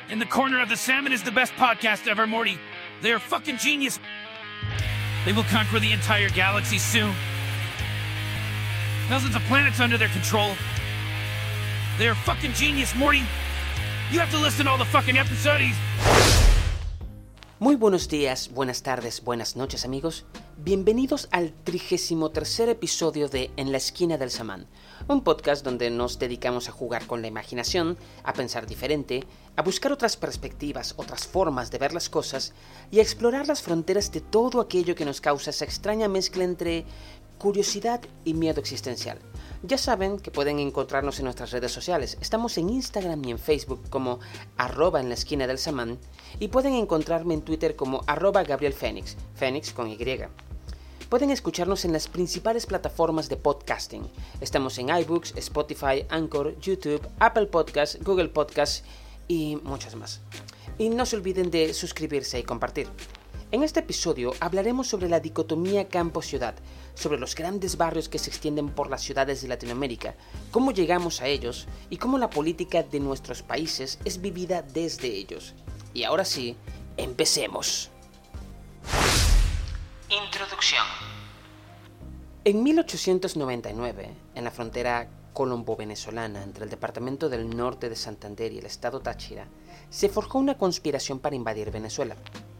In the Corner of the Salmon is the best podcast ever, Morty. They are fucking genius. They will conquer the entire galaxy soon. Thousands of planets under their control. They are fucking genius, Morty. You have to listen to all the fucking episodes. Muy buenos días, buenas tardes, buenas noches, amigos. Bienvenidos al 33º episodio de En la esquina del samán, un podcast donde nos dedicamos a jugar con la imaginación, a pensar diferente, a buscar otras perspectivas, otras formas de ver las cosas y a explorar las fronteras de todo aquello que nos causa esa extraña mezcla entre curiosidad y miedo existencial. Ya saben que pueden encontrarnos en nuestras redes sociales. Estamos en Instagram y en Facebook como @en la esquina del samán y pueden encontrarme en Twitter como @GabrielFénix, Fénix con Y. Pueden escucharnos en las principales plataformas de podcasting. Estamos en iBooks, Spotify, Anchor, YouTube, Apple Podcasts, Google Podcasts y muchas más. Y no se olviden de suscribirse y compartir. En este episodio hablaremos sobre la dicotomía campo-ciudad, sobre los grandes barrios que se extienden por las ciudades de Latinoamérica, cómo llegamos a ellos y cómo la política de nuestros países es vivida desde ellos. Y ahora sí, empecemos. Introducción. En 1899, en la frontera colombo-venezolana entre el departamento del norte de Santander y el estado Táchira, se forjó una conspiración para invadir Venezuela.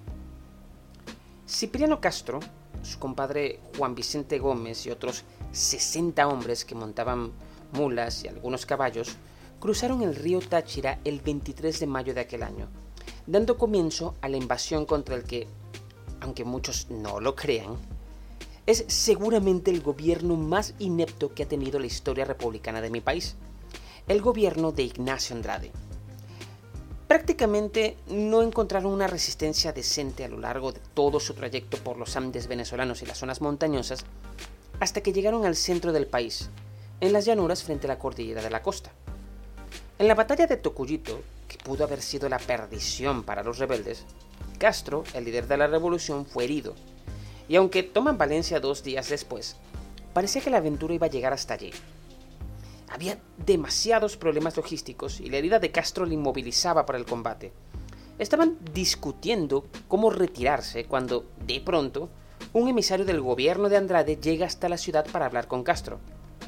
Cipriano Castro, su compadre Juan Vicente Gómez y otros 60 hombres que montaban mulas y algunos caballos, cruzaron el río Táchira el 23 de mayo de aquel año, dando comienzo a la invasión contra el que, aunque muchos no lo crean, es seguramente el gobierno más inepto que ha tenido la historia republicana de mi país, el gobierno de Ignacio Andrade. Prácticamente no encontraron una resistencia decente a lo largo de todo su trayecto por los Andes venezolanos y las zonas montañosas, hasta que llegaron al centro del país, en las llanuras frente a la cordillera de la costa. En la batalla de Tocuyito, que pudo haber sido la perdición para los rebeldes, Castro, el líder de la revolución, fue herido, y aunque toman Valencia 2 días después, parecía que la aventura iba a llegar hasta allí. Había demasiados problemas logísticos y la herida de Castro le inmovilizaba para el combate. Estaban discutiendo cómo retirarse cuando, de pronto, un emisario del gobierno de Andrade llega hasta la ciudad para hablar con Castro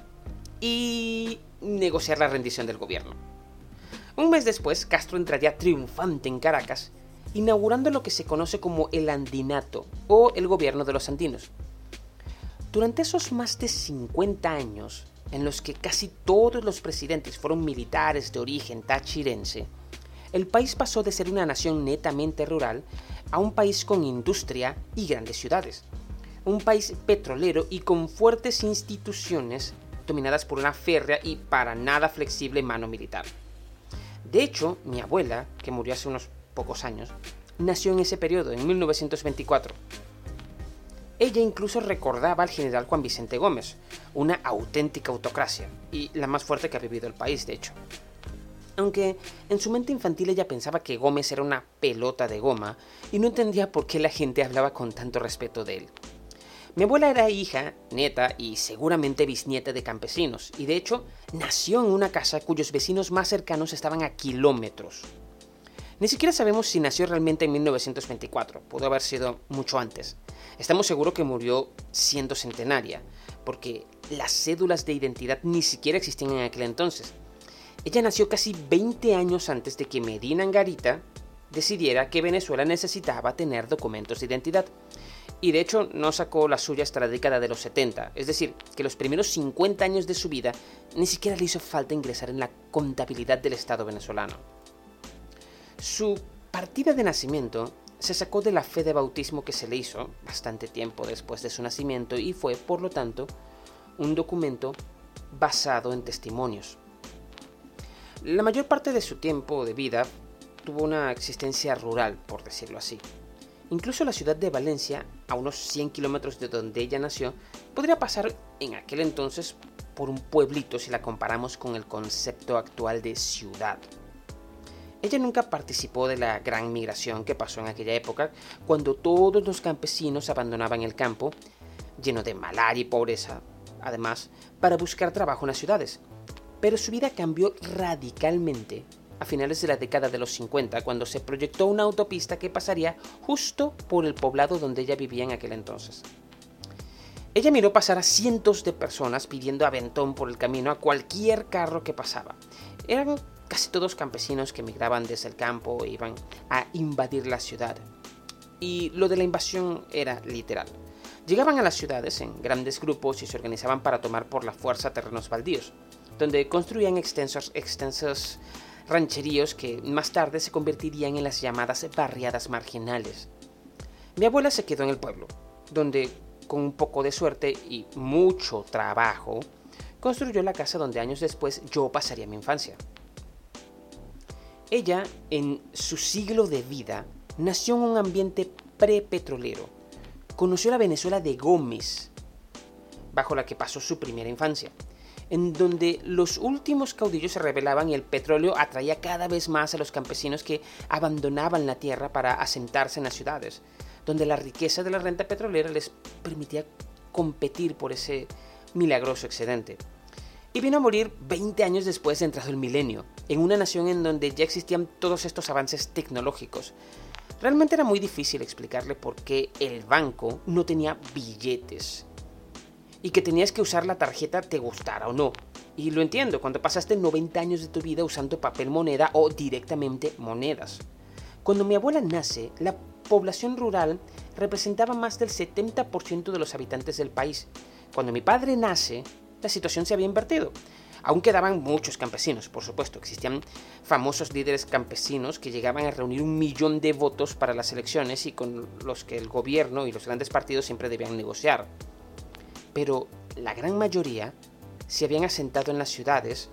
y negociar la rendición del gobierno. Un mes después, Castro entraría triunfante en Caracas, inaugurando lo que se conoce como el Andinato o el gobierno de los andinos. Durante esos más de 50 años, en los que casi todos los presidentes fueron militares de origen tachirense, el país pasó de ser una nación netamente rural a un país con industria y grandes ciudades. Un país petrolero y con fuertes instituciones dominadas por una férrea y para nada flexible mano militar. De hecho, mi abuela, que murió hace unos pocos años, nació en ese periodo, en 1924. Ella incluso recordaba al general Juan Vicente Gómez, una auténtica autocracia, y la más fuerte que ha vivido el país, de hecho. Aunque en su mente infantil ella pensaba que Gómez era una pelota de goma, y no entendía por qué la gente hablaba con tanto respeto de él. Mi abuela era hija, nieta y seguramente bisnieta de campesinos, y de hecho nació en una casa cuyos vecinos más cercanos estaban a kilómetros. Ni siquiera sabemos si nació realmente en 1924, pudo haber sido mucho antes. Estamos seguros que murió siendo centenaria, porque las cédulas de identidad ni siquiera existían en aquel entonces. Ella nació casi 20 años antes de que Medina Angarita decidiera que Venezuela necesitaba tener documentos de identidad. Y de hecho no sacó la suya hasta la década de los 70, es decir, que los primeros 50 años de su vida ni siquiera le hizo falta ingresar en la contabilidad del Estado venezolano. Su partida de nacimiento se sacó de la fe de bautismo que se le hizo bastante tiempo después de su nacimiento y fue, por lo tanto, un documento basado en testimonios. La mayor parte de su tiempo de vida tuvo una existencia rural, por decirlo así. Incluso la ciudad de Valencia, a unos 100 kilómetros de donde ella nació, podría pasar en aquel entonces por un pueblito si la comparamos con el concepto actual de ciudad. Ella nunca participó de la gran migración que pasó en aquella época, cuando todos los campesinos abandonaban el campo, lleno de malaria y pobreza, además, para buscar trabajo en las ciudades. Pero su vida cambió radicalmente a finales de la década de los 50, cuando se proyectó una autopista que pasaría justo por el poblado donde ella vivía en aquel entonces. Ella miró pasar a cientos de personas pidiendo aventón por el camino a cualquier carro que pasaba. Eran casi todos campesinos que migraban desde el campo e iban a invadir la ciudad. Y lo de la invasión era literal. Llegaban a las ciudades en grandes grupos y se organizaban para tomar por la fuerza terrenos baldíos, donde construían extensos rancheríos que más tarde se convertirían en las llamadas barriadas marginales. Mi abuela se quedó en el pueblo, donde con un poco de suerte y mucho trabajo, construyó la casa donde años después yo pasaría mi infancia. Ella, en su siglo de vida, nació en un ambiente prepetrolero. Conoció la Venezuela de Gómez, bajo la que pasó su primera infancia, en donde los últimos caudillos se rebelaban y el petróleo atraía cada vez más a los campesinos que abandonaban la tierra para asentarse en las ciudades, donde la riqueza de la renta petrolera les permitía competir por ese milagroso excedente. Y vino a morir 20 años después de entrado el milenio, en una nación en donde ya existían todos estos avances tecnológicos. Realmente era muy difícil explicarle por qué el banco no tenía billetes y que tenías que usar la tarjeta te gustara o no. Y lo entiendo, cuando pasaste 90 años de tu vida usando papel moneda o directamente monedas. Cuando mi abuela nace, la población rural representaba más del 70% de los habitantes del país. Cuando mi padre nace, la situación se había invertido. Aún quedaban muchos campesinos, por supuesto. Existían famosos líderes campesinos que llegaban a reunir 1 millón de votos para las elecciones y con los que el gobierno y los grandes partidos siempre debían negociar. Pero la gran mayoría se habían asentado en las ciudades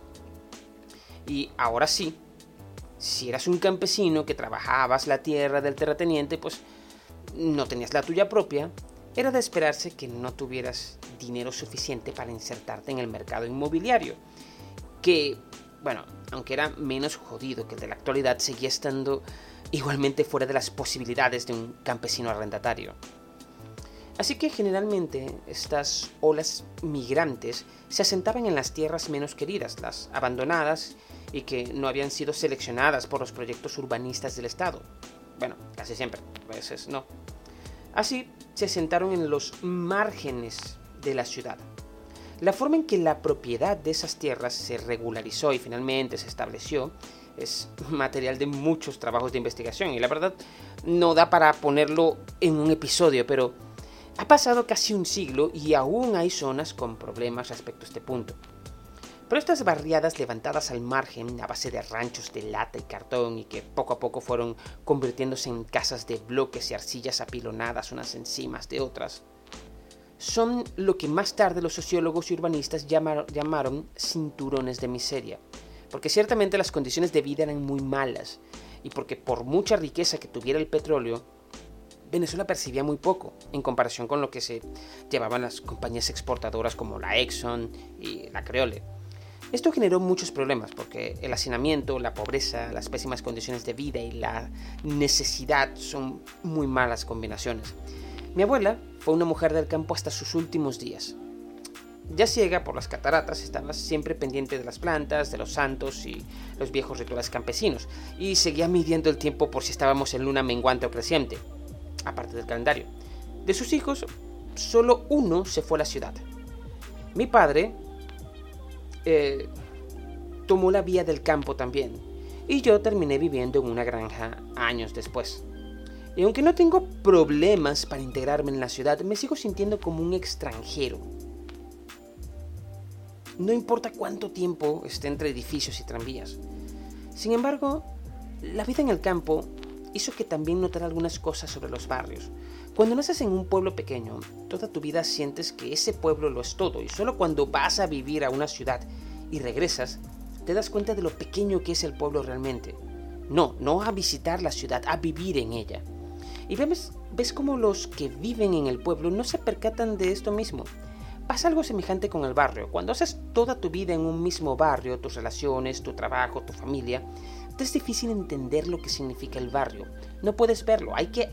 y ahora sí, si eras un campesino que trabajabas la tierra del terrateniente, pues no tenías la tuya propia, era de esperarse que no tuvieras dinero suficiente para insertarte en el mercado inmobiliario, que, bueno, aunque era menos jodido que el de la actualidad, seguía estando igualmente fuera de las posibilidades de un campesino arrendatario. Así que generalmente estas olas migrantes se asentaban en las tierras menos queridas, las abandonadas y que no habían sido seleccionadas por los proyectos urbanistas del Estado. Bueno, casi siempre, a veces no. Así se asentaron en los márgenes de la ciudad. La forma en que la propiedad de esas tierras se regularizó y finalmente se estableció es material de muchos trabajos de investigación y la verdad no da para ponerlo en un episodio, pero ha pasado casi un siglo y aún hay zonas con problemas respecto a este punto. Pero estas barriadas levantadas al margen a base de ranchos de lata y cartón y que poco a poco fueron convirtiéndose en casas de bloques y arcillas apilonadas unas encima de otras, son lo que más tarde los sociólogos y urbanistas llamaron cinturones de miseria, porque ciertamente las condiciones de vida eran muy malas y porque por mucha riqueza que tuviera el petróleo, Venezuela percibía muy poco en comparación con lo que se llevaban las compañías exportadoras como la Exxon y la Creole. Esto generó muchos problemas porque el hacinamiento, la pobreza, las pésimas condiciones de vida y la necesidad son muy malas combinaciones. Mi abuela fue una mujer del campo hasta sus últimos días. Ya ciega por las cataratas, estaba siempre pendiente de las plantas, de los santos y los viejos rituales campesinos, y seguía midiendo el tiempo por si estábamos en luna menguante o creciente, aparte del calendario. De sus hijos, solo uno se fue a la ciudad. Mi padre tomó la vía del campo también, y yo terminé viviendo en una granja años después. Y aunque no tengo problemas para integrarme en la ciudad, me sigo sintiendo como un extranjero. No importa cuánto tiempo esté entre edificios y tranvías. Sin embargo, la vida en el campo hizo que también notara algunas cosas sobre los barrios. Cuando naces en un pueblo pequeño, toda tu vida sientes que ese pueblo lo es todo, y solo cuando vas a vivir a una ciudad y regresas, te das cuenta de lo pequeño que es el pueblo realmente. No a visitar la ciudad, a vivir en ella. Y ves cómo los que viven en el pueblo no se percatan de esto mismo. Pasa algo semejante con el barrio. Cuando haces toda tu vida en un mismo barrio, tus relaciones, tu trabajo, tu familia, te es difícil entender lo que significa el barrio. No puedes verlo, hay que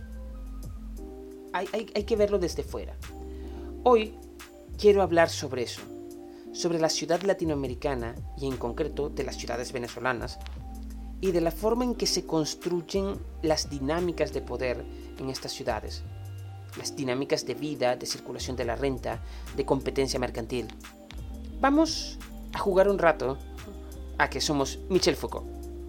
verlo desde fuera. Hoy quiero hablar sobre eso, sobre la ciudad latinoamericana y en concreto de las ciudades venezolanas, y de la forma en que se construyen las dinámicas de poder en estas ciudades, las dinámicas de vida, de circulación de la renta, de competencia mercantil. Vamos a jugar un rato a que somos Michel Foucault.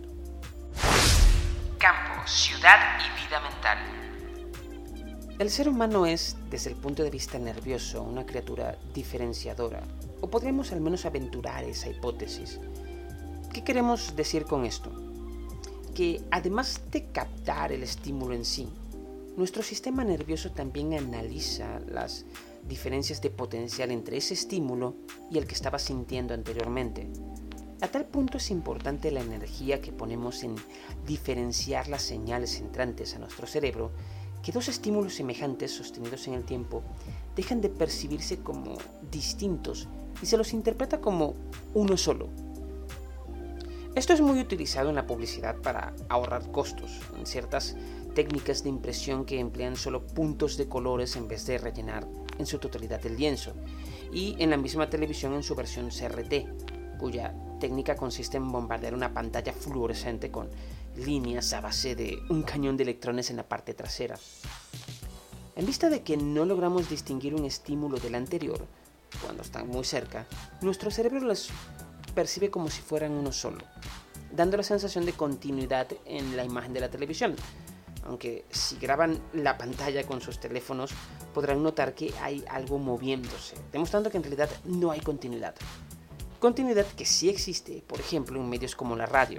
Campo, ciudad y vida mental. El ser humano es, desde el punto de vista nervioso, una criatura diferenciadora, o podríamos al menos aventurar esa hipótesis. ¿Qué queremos decir con esto? Que además de captar el estímulo en sí, nuestro sistema nervioso también analiza las diferencias de potencial entre ese estímulo y el que estaba sintiendo anteriormente. A tal punto es importante la energía que ponemos en diferenciar las señales entrantes a nuestro cerebro, que dos estímulos semejantes sostenidos en el tiempo dejan de percibirse como distintos y se los interpreta como uno solo. Esto es muy utilizado en la publicidad para ahorrar costos, en ciertas técnicas de impresión que emplean solo puntos de colores en vez de rellenar en su totalidad el lienzo, y en la misma televisión en su versión CRT, cuya técnica consiste en bombardear una pantalla fluorescente con líneas a base de un cañón de electrones en la parte trasera. En vista de que no logramos distinguir un estímulo del anterior, cuando están muy cerca, nuestro cerebro los percibe como si fueran uno solo, dando la sensación de continuidad en la imagen de la televisión, aunque si graban la pantalla con sus teléfonos podrán notar que hay algo moviéndose, demostrando que en realidad no hay continuidad. Continuidad que sí existe, por ejemplo, en medios como la radio.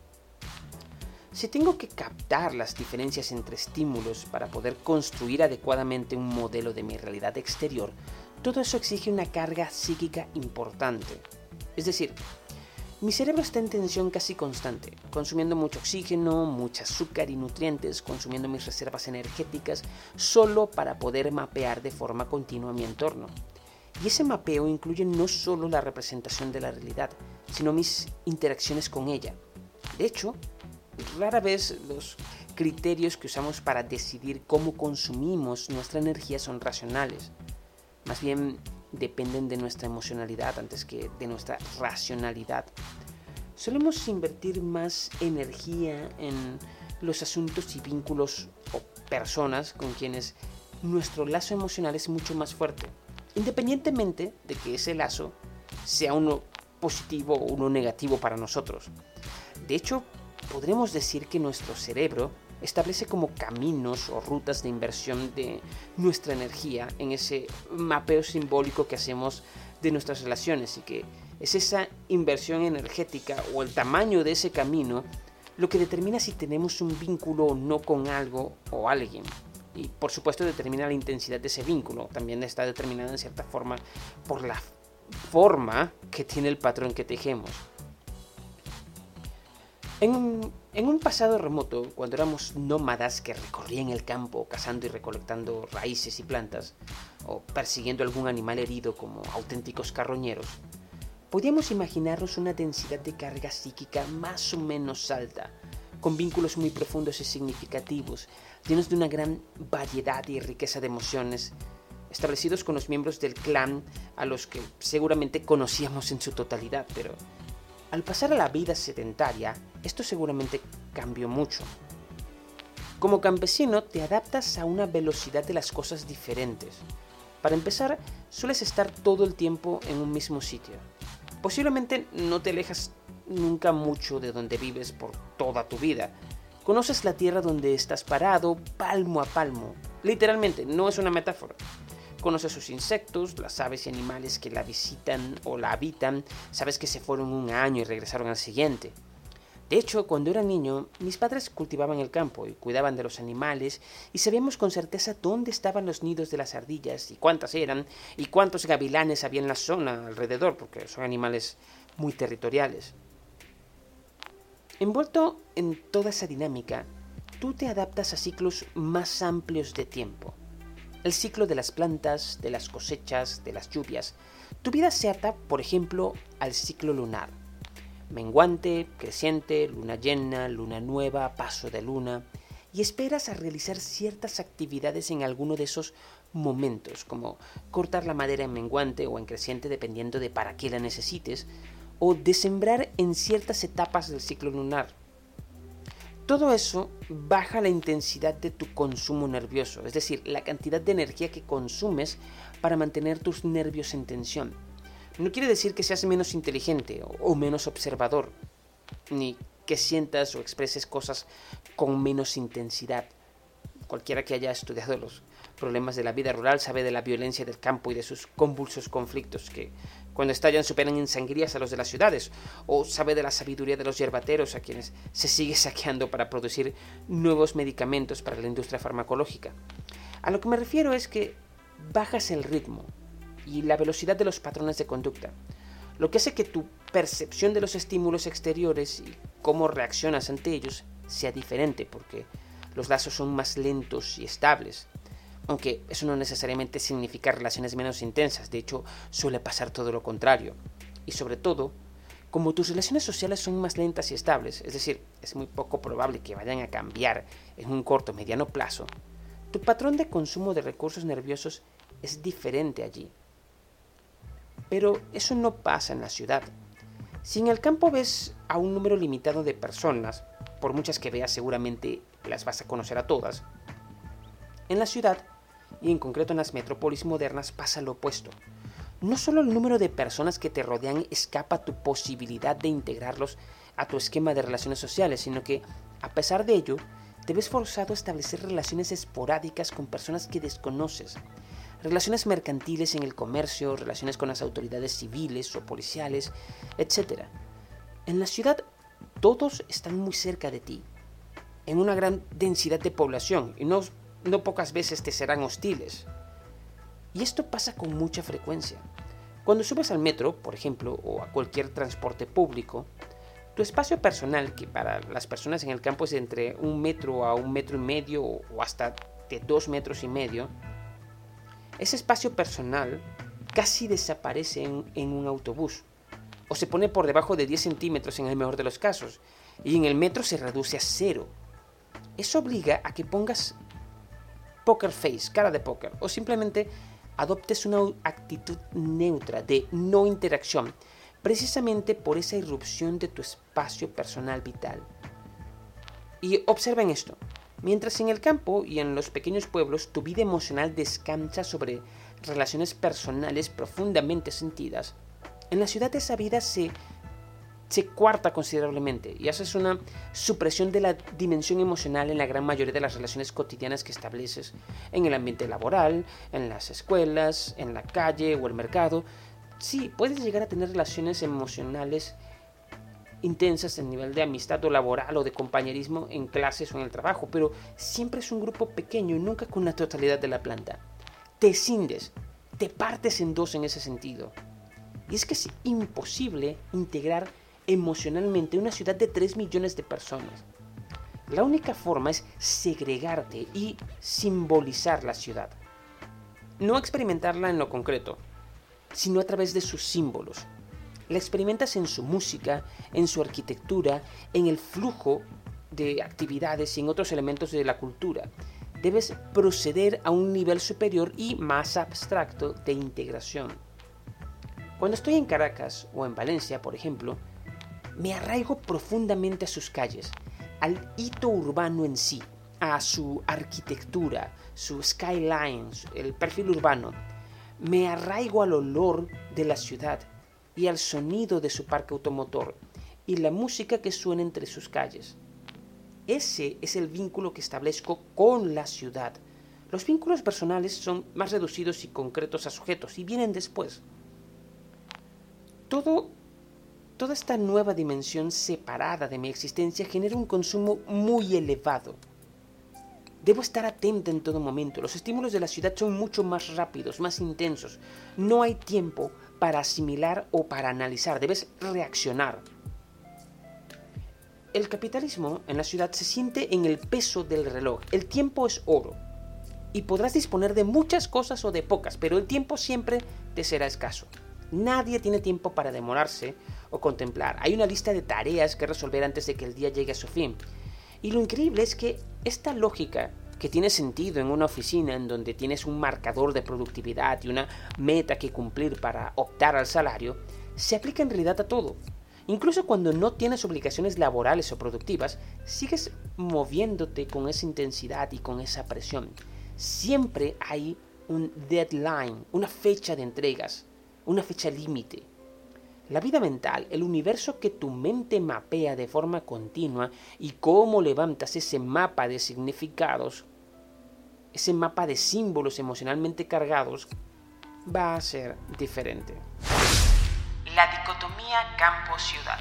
Si tengo que captar las diferencias entre estímulos para poder construir adecuadamente un modelo de mi realidad exterior, todo eso exige una carga psíquica importante. Es decir, mi cerebro está en tensión casi constante, consumiendo mucho oxígeno, mucho azúcar y nutrientes, consumiendo mis reservas energéticas solo para poder mapear de forma continua mi entorno. Y ese mapeo incluye no solo la representación de la realidad, sino mis interacciones con ella. De hecho, rara vez los criterios que usamos para decidir cómo consumimos nuestra energía son racionales. Más bien dependen de nuestra emocionalidad antes que de nuestra racionalidad. Solemos invertir más energía en los asuntos y vínculos o personas con quienes nuestro lazo emocional es mucho más fuerte, independientemente de que ese lazo sea uno positivo o uno negativo para nosotros. De hecho, podremos decir que nuestro cerebro establece como caminos o rutas de inversión de nuestra energía en ese mapeo simbólico que hacemos de nuestras relaciones, y que es esa inversión energética o el tamaño de ese camino lo que determina si tenemos un vínculo o no con algo o alguien. Y por supuesto determina la intensidad de ese vínculo. También está determinada en cierta forma por la forma que tiene el patrón que tejemos. En un pasado remoto, cuando éramos nómadas que recorrían el campo cazando y recolectando raíces y plantas, o persiguiendo algún animal herido como auténticos carroñeros, podíamos imaginarnos una densidad de carga psíquica más o menos alta, con vínculos muy profundos y significativos, llenos de una gran variedad y riqueza de emociones, establecidos con los miembros del clan a los que seguramente conocíamos en su totalidad, pero al pasar a la vida sedentaria, esto seguramente cambió mucho. Como campesino, te adaptas a una velocidad de las cosas diferentes. Para empezar, sueles estar todo el tiempo en un mismo sitio. Posiblemente no te alejas nunca mucho de donde vives por toda tu vida. Conoces la tierra donde estás parado, palmo a palmo. Literalmente, no es una metáfora. Conoces sus insectos, las aves y animales que la visitan o la habitan. Sabes que se fueron un año y regresaron al siguiente. De hecho, cuando era niño, mis padres cultivaban el campo y cuidaban de los animales, y sabíamos con certeza dónde estaban los nidos de las ardillas y cuántas eran y cuántos gavilanes había en la zona alrededor, porque son animales muy territoriales. Envuelto en toda esa dinámica, tú te adaptas a ciclos más amplios de tiempo. El ciclo de las plantas, de las cosechas, de las lluvias. Tu vida se ata, por ejemplo, al ciclo lunar. Menguante, creciente, luna llena, luna nueva, paso de luna. Y esperas a realizar ciertas actividades en alguno de esos momentos, como cortar la madera en menguante o en creciente dependiendo de para qué la necesites, o de sembrar en ciertas etapas del ciclo lunar. Todo eso baja la intensidad de tu consumo nervioso, es decir, la cantidad de energía que consumes para mantener tus nervios en tensión. No quiere decir que seas menos inteligente o menos observador, ni que sientas o expreses cosas con menos intensidad. Cualquiera que haya estudiado los problemas de la vida rural sabe de la violencia del campo y de sus convulsos conflictos que cuando estallan superan en sangrías a los de las ciudades, o sabe de la sabiduría de los yerbateros a quienes se sigue saqueando para producir nuevos medicamentos para la industria farmacológica. A lo que me refiero es que bajas el ritmo y la velocidad de los patrones de conducta, lo que hace que tu percepción de los estímulos exteriores y cómo reaccionas ante ellos sea diferente, porque los lazos son más lentos y estables. Aunque eso no necesariamente significa relaciones menos intensas, de hecho suele pasar todo lo contrario. Y sobre todo, como tus relaciones sociales son más lentas y estables, es decir, es muy poco probable que vayan a cambiar en un corto o mediano plazo, tu patrón de consumo de recursos nerviosos es diferente allí. Pero eso no pasa en la ciudad. Si en el campo ves a un número limitado de personas, por muchas que veas seguramente las vas a conocer a todas, en la ciudad, y en concreto en las metrópolis modernas, pasa lo opuesto. No solo el número de personas que te rodean escapa a tu posibilidad de integrarlos a tu esquema de relaciones sociales, sino que, a pesar de ello, te ves forzado a establecer relaciones esporádicas con personas que desconoces, relaciones mercantiles en el comercio, relaciones con las autoridades civiles o policiales, etc. En la ciudad, todos están muy cerca de ti, en una gran densidad de población, y no pocas veces te serán hostiles. Y esto pasa con mucha frecuencia. Cuando subes al metro, por ejemplo, o a cualquier transporte público, tu espacio personal, que para las personas en el campo es de entre 1 metro a 1,5 metros o hasta de 2,5 metros, ese espacio personal casi desaparece en un autobús, o se pone por debajo de 10 centímetros en el mejor de los casos, y en el metro se reduce a 0. Eso obliga a que pongas poker face, cara de póker, o simplemente adoptes una actitud neutra de no interacción, precisamente por esa irrupción de tu espacio personal vital. Y observen esto, mientras en el campo y en los pequeños pueblos tu vida emocional descansa sobre relaciones personales profundamente sentidas, en la ciudad esa vida se cuarta considerablemente y haces una supresión de la dimensión emocional en la gran mayoría de las relaciones cotidianas que estableces en el ambiente laboral, en las escuelas, en la calle o el mercado. Sí, puedes llegar a tener relaciones emocionales intensas en nivel de amistad o laboral o de compañerismo en clases o en el trabajo, pero siempre es un grupo pequeño y nunca con la totalidad de la planta. Te escindes, te partes en dos en ese sentido. Y es que es imposible integrar emocionalmente una ciudad de 3 millones de personas. La única forma es segregarte y simbolizar la ciudad. No experimentarla en lo concreto, sino a través de sus símbolos. La experimentas en su música, en su arquitectura, en el flujo de actividades y en otros elementos de la cultura. Debes proceder a un nivel superior y más abstracto de integración. Cuando estoy en Caracas o en Valencia, por ejemplo, me arraigo profundamente a sus calles, al hito urbano en sí, a su arquitectura, su skyline, el perfil urbano. Me arraigo al olor de la ciudad y al sonido de su parque automotor y la música que suena entre sus calles. Ese es el vínculo que establezco con la ciudad. Los vínculos personales son más reducidos y concretos a sujetos y vienen después. Toda esta nueva dimensión separada de mi existencia genera un consumo muy elevado. Debo estar atento en todo momento. Los estímulos de la ciudad son mucho más rápidos, más intensos. No hay tiempo para asimilar o para analizar. Debes reaccionar. El capitalismo en la ciudad se siente en el peso del reloj. El tiempo es oro. Y podrás disponer de muchas cosas o de pocas, pero el tiempo siempre te será escaso. Nadie tiene tiempo para demorarse o contemplar. Hay una lista de tareas que resolver antes de que el día llegue a su fin. Y lo increíble es que esta lógica, que tiene sentido en una oficina en donde tienes un marcador de productividad y una meta que cumplir para optar al salario, se aplica en realidad a todo. Incluso cuando no tienes obligaciones laborales o productivas, sigues moviéndote con esa intensidad y con esa presión. Siempre hay un deadline, una fecha de entregas, una fecha límite. La vida mental, el universo que tu mente mapea de forma continua y cómo levantas ese mapa de significados, ese mapa de símbolos emocionalmente cargados, va a ser diferente. La dicotomía campo-ciudad.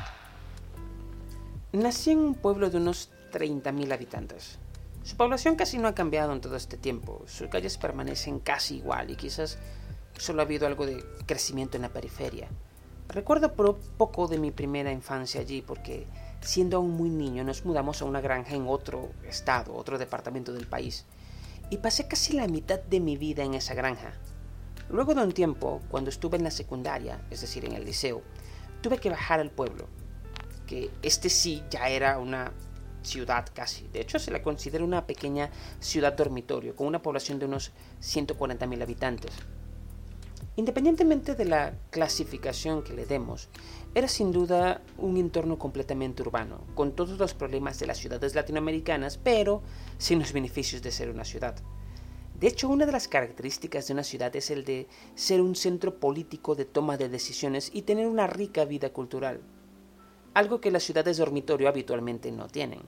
Nací en un pueblo de unos 30.000 habitantes. Su población casi no ha cambiado en todo este tiempo. Sus calles permanecen casi igual y quizás solo ha habido algo de crecimiento en la periferia. Recuerdo poco de mi primera infancia allí porque, siendo aún muy niño, nos mudamos a una granja en otro estado, otro departamento del país, y pasé casi la mitad de mi vida en esa granja. Luego de un tiempo, cuando estuve en la secundaria, es decir, en el liceo, tuve que bajar al pueblo, que este sí ya era una ciudad casi. De hecho, se la considera una pequeña ciudad dormitorio, con una población de unos 140.000 habitantes. Independientemente de la clasificación que le demos, era sin duda un entorno completamente urbano, con todos los problemas de las ciudades latinoamericanas, pero sin los beneficios de ser una ciudad. De hecho, una de las características de una ciudad es el de ser un centro político de toma de decisiones y tener una rica vida cultural, algo que las ciudades dormitorio habitualmente no tienen.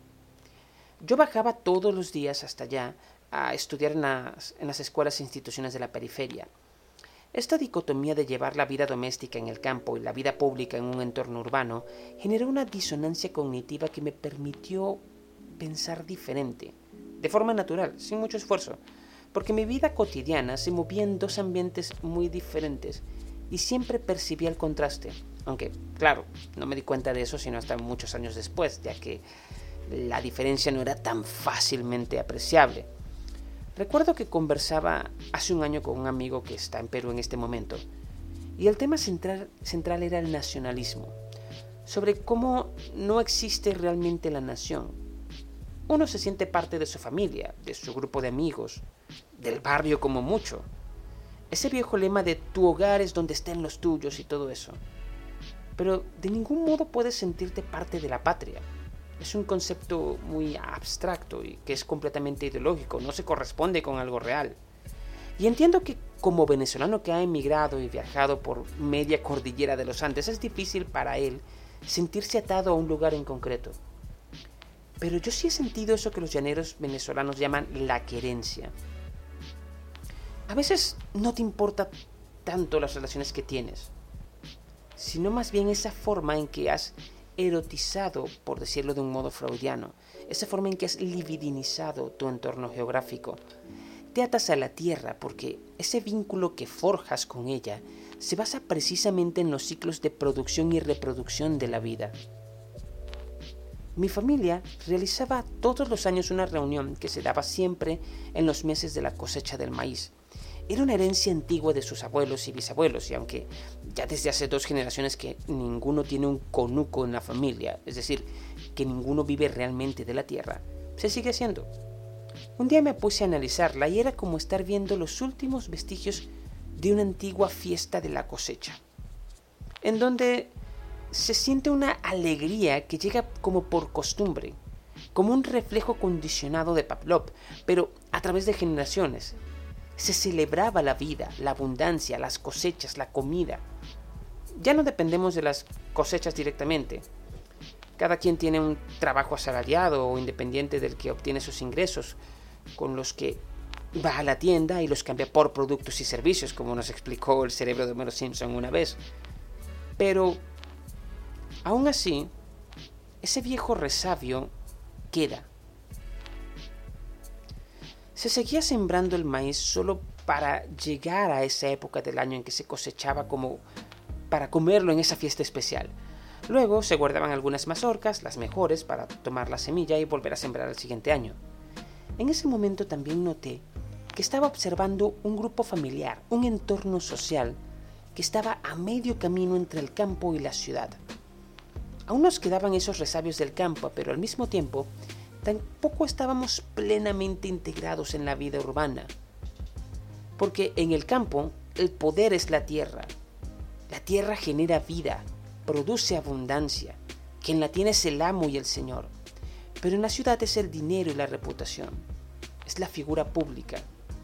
Yo bajaba todos los días hasta allá a estudiar en las escuelas e instituciones de la periferia. Esta dicotomía de llevar la vida doméstica en el campo y la vida pública en un entorno urbano generó una disonancia cognitiva que me permitió pensar diferente, de forma natural, sin mucho esfuerzo, porque mi vida cotidiana se movía en dos ambientes muy diferentes y siempre percibía el contraste, aunque, claro, no me di cuenta de eso sino hasta muchos años después, ya que la diferencia no era tan fácilmente apreciable. Recuerdo que conversaba hace un año con un amigo que está en Perú en este momento, y el tema central era el nacionalismo, sobre cómo no existe realmente la nación. Uno se siente parte de su familia, de su grupo de amigos, del barrio como mucho. Ese viejo lema de tu hogar es donde estén los tuyos y todo eso. Pero de ningún modo puedes sentirte parte de la patria. Es un concepto muy abstracto y que es completamente ideológico, no se corresponde con algo real. Y entiendo que como venezolano que ha emigrado y viajado por media cordillera de los Andes, es difícil para él sentirse atado a un lugar en concreto. Pero yo sí he sentido eso que los llaneros venezolanos llaman la querencia. A veces no te importa tanto las relaciones que tienes, sino más bien esa forma en que has erotizado, por decirlo de un modo freudiano, esa forma en que has libidinizado tu entorno geográfico. Te atas a la tierra porque ese vínculo que forjas con ella se basa precisamente en los ciclos de producción y reproducción de la vida. Mi familia realizaba todos los años una reunión que se daba siempre en los meses de la cosecha del maíz. Era una herencia antigua de sus abuelos y bisabuelos, y aunque ya desde hace 2 generaciones que ninguno tiene un conuco en la familia, es decir, que ninguno vive realmente de la tierra, se sigue haciendo. Un día me puse a analizarla y era como estar viendo los últimos vestigios de una antigua fiesta de la cosecha, en donde se siente una alegría que llega como por costumbre, como un reflejo condicionado de Pavlov, pero a través de generaciones. Se celebraba la vida, la abundancia, las cosechas, la comida. Ya no dependemos de las cosechas directamente. Cada quien tiene un trabajo asalariado o independiente del que obtiene sus ingresos, con los que va a la tienda y los cambia por productos y servicios, como nos explicó el cerebro de Homero Simpson una vez. Pero, aún así, ese viejo resabio queda. Se seguía sembrando el maíz solo para llegar a esa época del año en que se cosechaba como para comerlo en esa fiesta especial. Luego se guardaban algunas mazorcas, las mejores, para tomar la semilla y volver a sembrar el siguiente año. En ese momento también noté que estaba observando un grupo familiar, un entorno social que estaba a medio camino entre el campo y la ciudad. Aún nos quedaban esos resabios del campo, pero al mismo tiempo tampoco estábamos plenamente integrados en la vida urbana. Porque en el campo el poder es la tierra. La tierra genera vida, produce abundancia. Quien la tiene es el amo y el señor. Pero en la ciudad es el dinero y la reputación. Es la figura pública.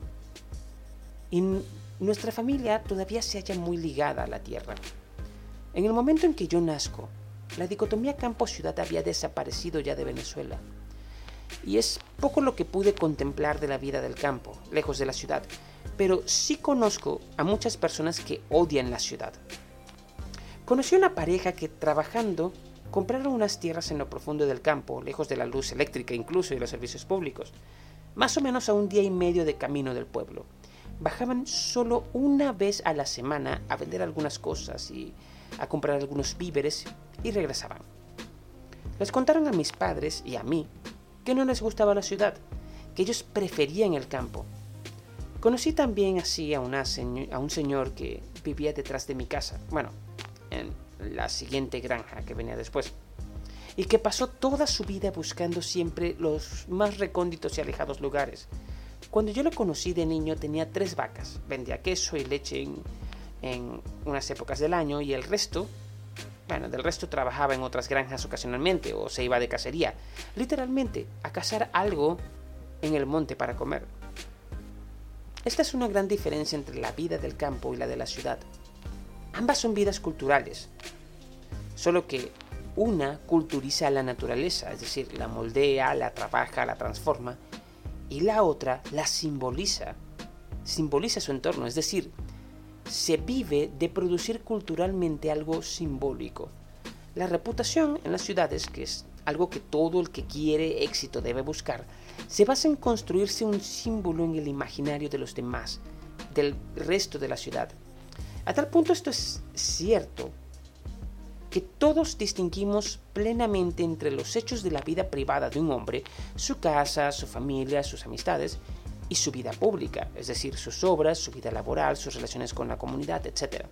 Y nuestra familia todavía se halla muy ligada a la tierra. En el momento en que yo nazco, la dicotomía campo-ciudad había desaparecido ya de Venezuela. Y es poco lo que pude contemplar de la vida del campo, lejos de la ciudad, pero sí conozco a muchas personas que odian la ciudad. Conocí una pareja que trabajando compraron unas tierras en lo profundo del campo, lejos de la luz eléctrica incluso y de los servicios públicos, más o menos a 1 día y medio de camino del pueblo. Bajaban solo una vez a la semana a vender algunas cosas y a comprar algunos víveres y regresaban. Les contaron a mis padres y a mí que no les gustaba la ciudad, que ellos preferían el campo. Conocí también así a un señor que vivía detrás de mi casa, bueno, en la siguiente granja que venía después, y que pasó toda su vida buscando siempre los más recónditos y alejados lugares. Cuando yo lo conocí de niño tenía 3 vacas, vendía queso y leche en unas épocas del año y del resto trabajaba en otras granjas ocasionalmente o se iba de cacería, literalmente a cazar algo en el monte para comer. Esta es una gran diferencia entre la vida del campo y la de la ciudad. Ambas son vidas culturales, solo que una culturiza a la naturaleza, es decir, la moldea, la trabaja, la transforma, y la otra la simboliza su entorno, es decir, se vive de producir culturalmente algo simbólico. La reputación en las ciudades, que es algo que todo el que quiere éxito debe buscar, se basa en construirse un símbolo en el imaginario de los demás, del resto de la ciudad. A tal punto esto es cierto, que todos distinguimos plenamente entre los hechos de la vida privada de un hombre, su casa, su familia, sus amistades, y su vida pública, es decir, sus obras, su vida laboral, sus relaciones con la comunidad, etc.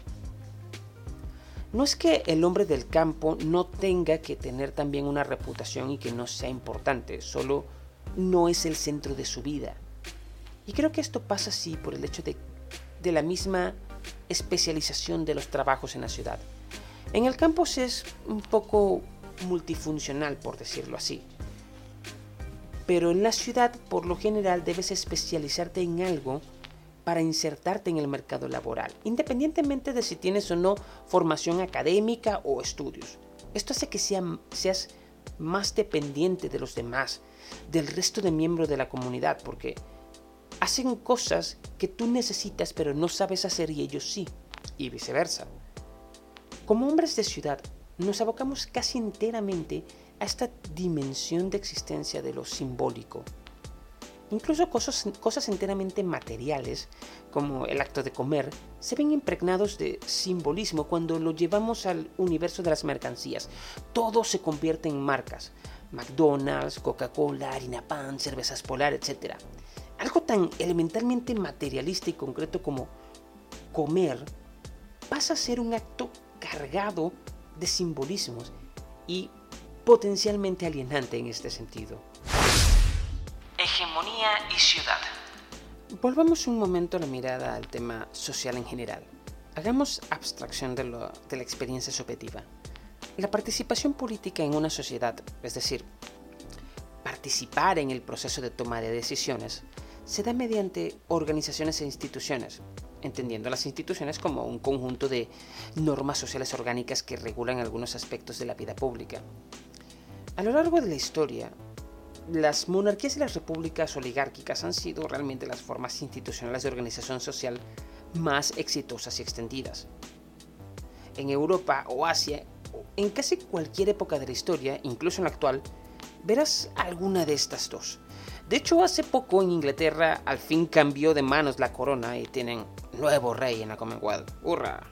No es que el hombre del campo no tenga que tener también una reputación y que no sea importante, solo no es el centro de su vida. Y creo que esto pasa así por el hecho de la misma especialización de los trabajos en la ciudad. En el campo se es un poco multifuncional, por decirlo así. Pero en la ciudad, por lo general, debes especializarte en algo para insertarte en el mercado laboral, independientemente de si tienes o no formación académica o estudios. Esto hace que seas más dependiente de los demás, del resto de miembros de la comunidad, porque hacen cosas que tú necesitas pero no sabes hacer y ellos sí, y viceversa. Como hombres de ciudad, nos abocamos casi enteramente a esta dimensión de existencia de lo simbólico. Incluso cosas enteramente materiales, como el acto de comer, se ven impregnados de simbolismo cuando lo llevamos al universo de las mercancías. Todo se convierte en marcas. McDonald's, Coca-Cola, harina pan, cervezas Polar, etc. Algo tan elementalmente materialista y concreto como comer pasa a ser un acto cargado de simbolismos y potencialmente alienante en este sentido. Hegemonía y ciudad. Volvamos un momento la mirada al tema social en general. Hagamos abstracción de la experiencia subjetiva. La participación política en una sociedad, es decir, participar en el proceso de toma de decisiones, se da mediante organizaciones e instituciones, entendiendo las instituciones como un conjunto de normas sociales orgánicas que regulan algunos aspectos de la vida pública. A lo largo de la historia, las monarquías y las repúblicas oligárquicas han sido realmente las formas institucionales de organización social más exitosas y extendidas. En Europa o Asia, en casi cualquier época de la historia, incluso en la actual, verás alguna de estas dos. De hecho, hace poco en Inglaterra al fin cambió de manos la corona y tienen nuevo rey en la Commonwealth. ¡Hurra!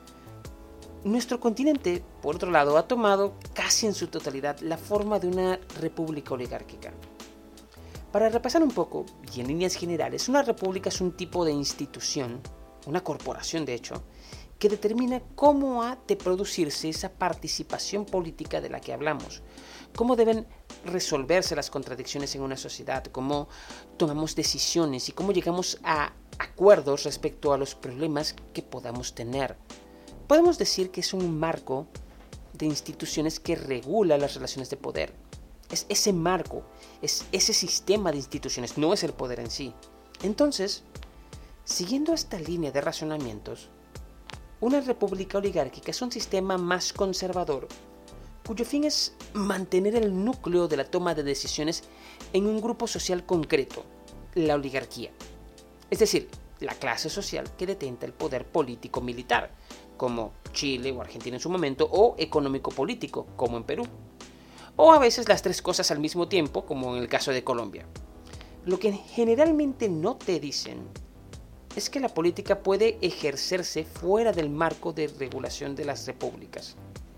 Nuestro continente, por otro lado, ha tomado casi en su totalidad la forma de una república oligárquica. Para repasar un poco, y en líneas generales, una república es un tipo de institución, una corporación de hecho, que determina cómo ha de producirse esa participación política de la que hablamos, cómo deben resolverse las contradicciones en una sociedad, cómo tomamos decisiones y cómo llegamos a acuerdos respecto a los problemas que podamos tener. Podemos decir que es un marco de instituciones que regula las relaciones de poder. Es ese marco, es ese sistema de instituciones, no es el poder en sí. Entonces, siguiendo esta línea de razonamientos, una república oligárquica es un sistema más conservador, cuyo fin es mantener el núcleo de la toma de decisiones en un grupo social concreto, la oligarquía. Es decir, la clase social que detenta el poder político-militar, como Chile o Argentina en su momento, o económico-político, como en Perú. O a veces las tres cosas al mismo tiempo, como en el caso de Colombia. Lo que generalmente no te dicen es que la política puede ejercerse fuera del marco de regulación de las repúblicas.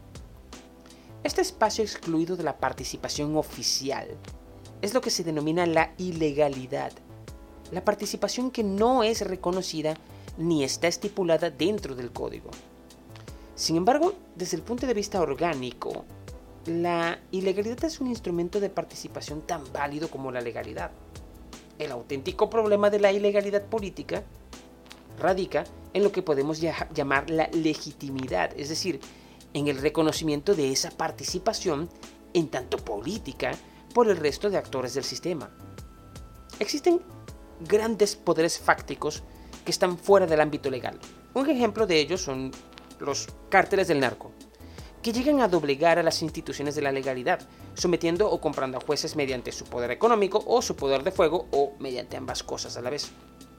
Este espacio excluido de la participación oficial es lo que se denomina la ilegalidad, la participación que no es reconocida ni está estipulada dentro del código. Sin embargo, desde el punto de vista orgánico, la ilegalidad es un instrumento de participación tan válido como la legalidad. El auténtico problema de la ilegalidad política radica en lo que podemos llamar la legitimidad, es decir, en el reconocimiento de esa participación en tanto política por el resto de actores del sistema. Existen grandes poderes fácticos que están fuera del ámbito legal. Un ejemplo de ellos son los cárteles del narco, que llegan a doblegar a las instituciones de la legalidad, sometiendo o comprando a jueces mediante su poder económico o su poder de fuego o mediante ambas cosas a la vez.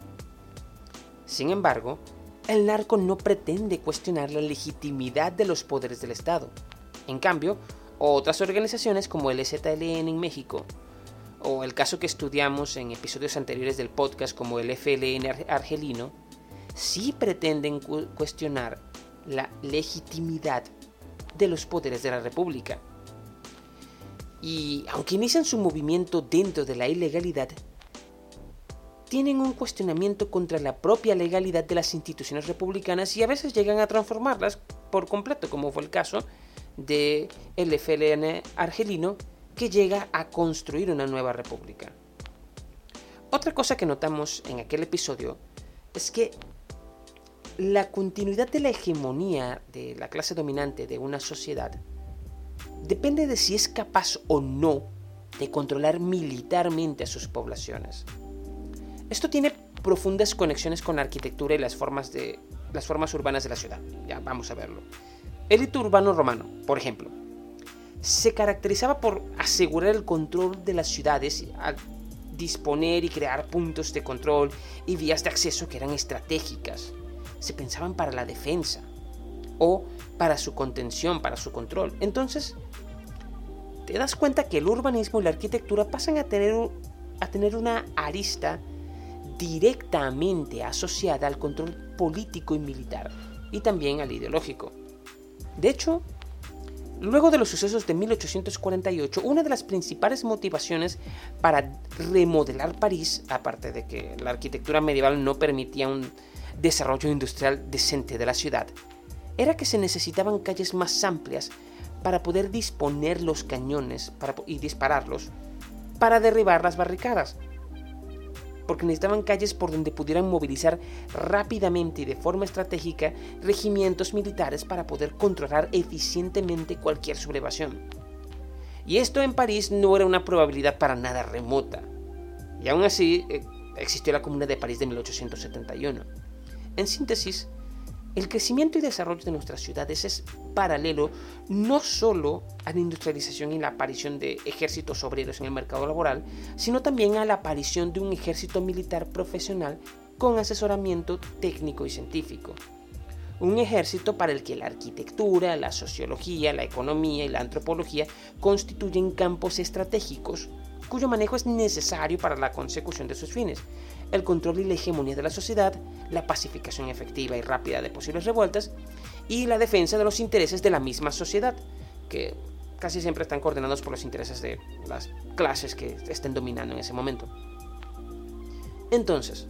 Sin embargo, el narco no pretende cuestionar la legitimidad de los poderes del Estado. En cambio, otras organizaciones como el EZLN en México, o el caso que estudiamos en episodios anteriores del podcast como el FLN argelino, sí pretenden cuestionar la legitimidad de los poderes de la República. Y aunque inician su movimiento dentro de la ilegalidad, tienen un cuestionamiento contra la propia legalidad de las instituciones republicanas y a veces llegan a transformarlas por completo, como fue el caso del FLN argelino, que llega a construir una nueva república. Otra cosa que notamos en aquel episodio es que la continuidad de la hegemonía de la clase dominante de una sociedad depende de si es capaz o no de controlar militarmente a sus poblaciones. Esto tiene profundas conexiones con la arquitectura y las formas urbanas de la ciudad. Ya vamos a verlo. El rito urbano romano, por ejemplo, se caracterizaba por asegurar el control de las ciudades al disponer y crear puntos de control y vías de acceso que eran estratégicas. Se pensaban para la defensa o para su contención, para su control. Entonces, te das cuenta que el urbanismo y la arquitectura pasan a tener una arista directamente asociada al control político y militar, y también al ideológico. De hecho, luego de los sucesos de 1848, una de las principales motivaciones para remodelar París, aparte de que la arquitectura medieval no permitía un desarrollo industrial decente de la ciudad, era que se necesitaban calles más amplias para poder disponer los cañones y dispararlos para derribar las barricadas, porque necesitaban calles por donde pudieran movilizar rápidamente y de forma estratégica regimientos militares para poder controlar eficientemente cualquier sublevación. Y esto en París no era una probabilidad para nada remota, y aún así existió la Comuna de París de 1871. En síntesis, el crecimiento y desarrollo de nuestras ciudades es paralelo no solo a la industrialización y la aparición de ejércitos obreros en el mercado laboral, sino también a la aparición de un ejército militar profesional con asesoramiento técnico y científico. Un ejército para el que la arquitectura, la sociología, la economía y la antropología constituyen campos estratégicos cuyo manejo es necesario para la consecución de sus fines: el control y la hegemonía de la sociedad, la pacificación efectiva y rápida de posibles revueltas y la defensa de los intereses de la misma sociedad, que casi siempre están coordinados por los intereses de las clases que estén dominando en ese momento. Entonces,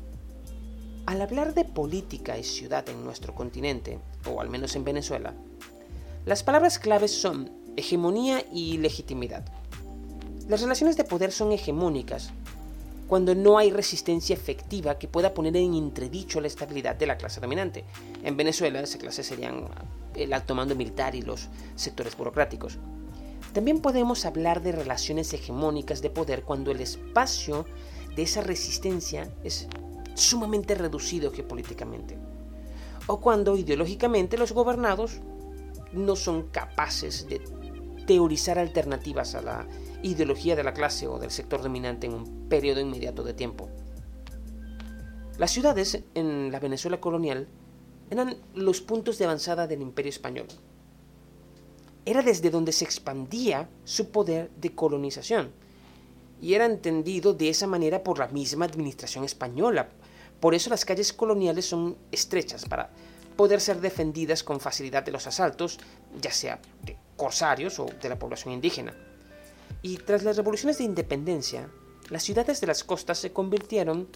al hablar de política y ciudad en nuestro continente, o al menos en Venezuela, las palabras claves son hegemonía y legitimidad. Las relaciones de poder son hegemónicas, cuando no hay resistencia efectiva que pueda poner en entredicho la estabilidad de la clase dominante. En Venezuela, esa clase serían el alto mando militar y los sectores burocráticos. También podemos hablar de relaciones hegemónicas de poder cuando el espacio de esa resistencia es sumamente reducido geopolíticamente, o cuando ideológicamente los gobernados no son capaces de teorizar alternativas a la ideología de la clase o del sector dominante en un periodo inmediato de tiempo. Las ciudades en la Venezuela colonial eran los puntos de avanzada del Imperio Español. Era desde donde se expandía su poder de colonización, y era entendido de esa manera por la misma administración española. Por eso las calles coloniales son estrechas para poder ser defendidas con facilidad de los asaltos, ya sea de corsarios o de la población indígena. Y tras las revoluciones de independencia, las ciudades de las costas se convirtieron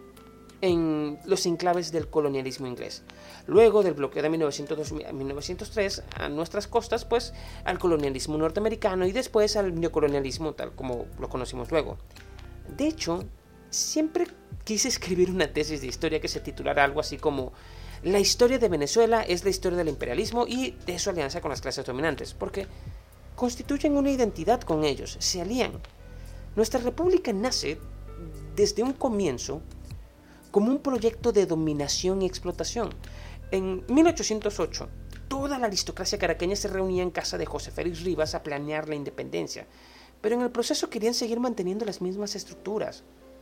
en los enclaves del colonialismo inglés. Luego del bloqueo de 1902-1903 a nuestras costas, pues al colonialismo norteamericano y después al neocolonialismo tal como lo conocimos luego. De hecho, siempre quise escribir una tesis de historia que se titulara algo así como "La historia de Venezuela es la historia del imperialismo y de su alianza con las clases dominantes", porque constituyen una identidad con ellos, se alían. Nuestra república nace desde un comienzo como un proyecto de dominación y explotación. En 1808, toda la aristocracia caraqueña se reunía en casa de José Félix Rivas a planear la independencia, pero en el proceso querían seguir manteniendo las mismas estructuras.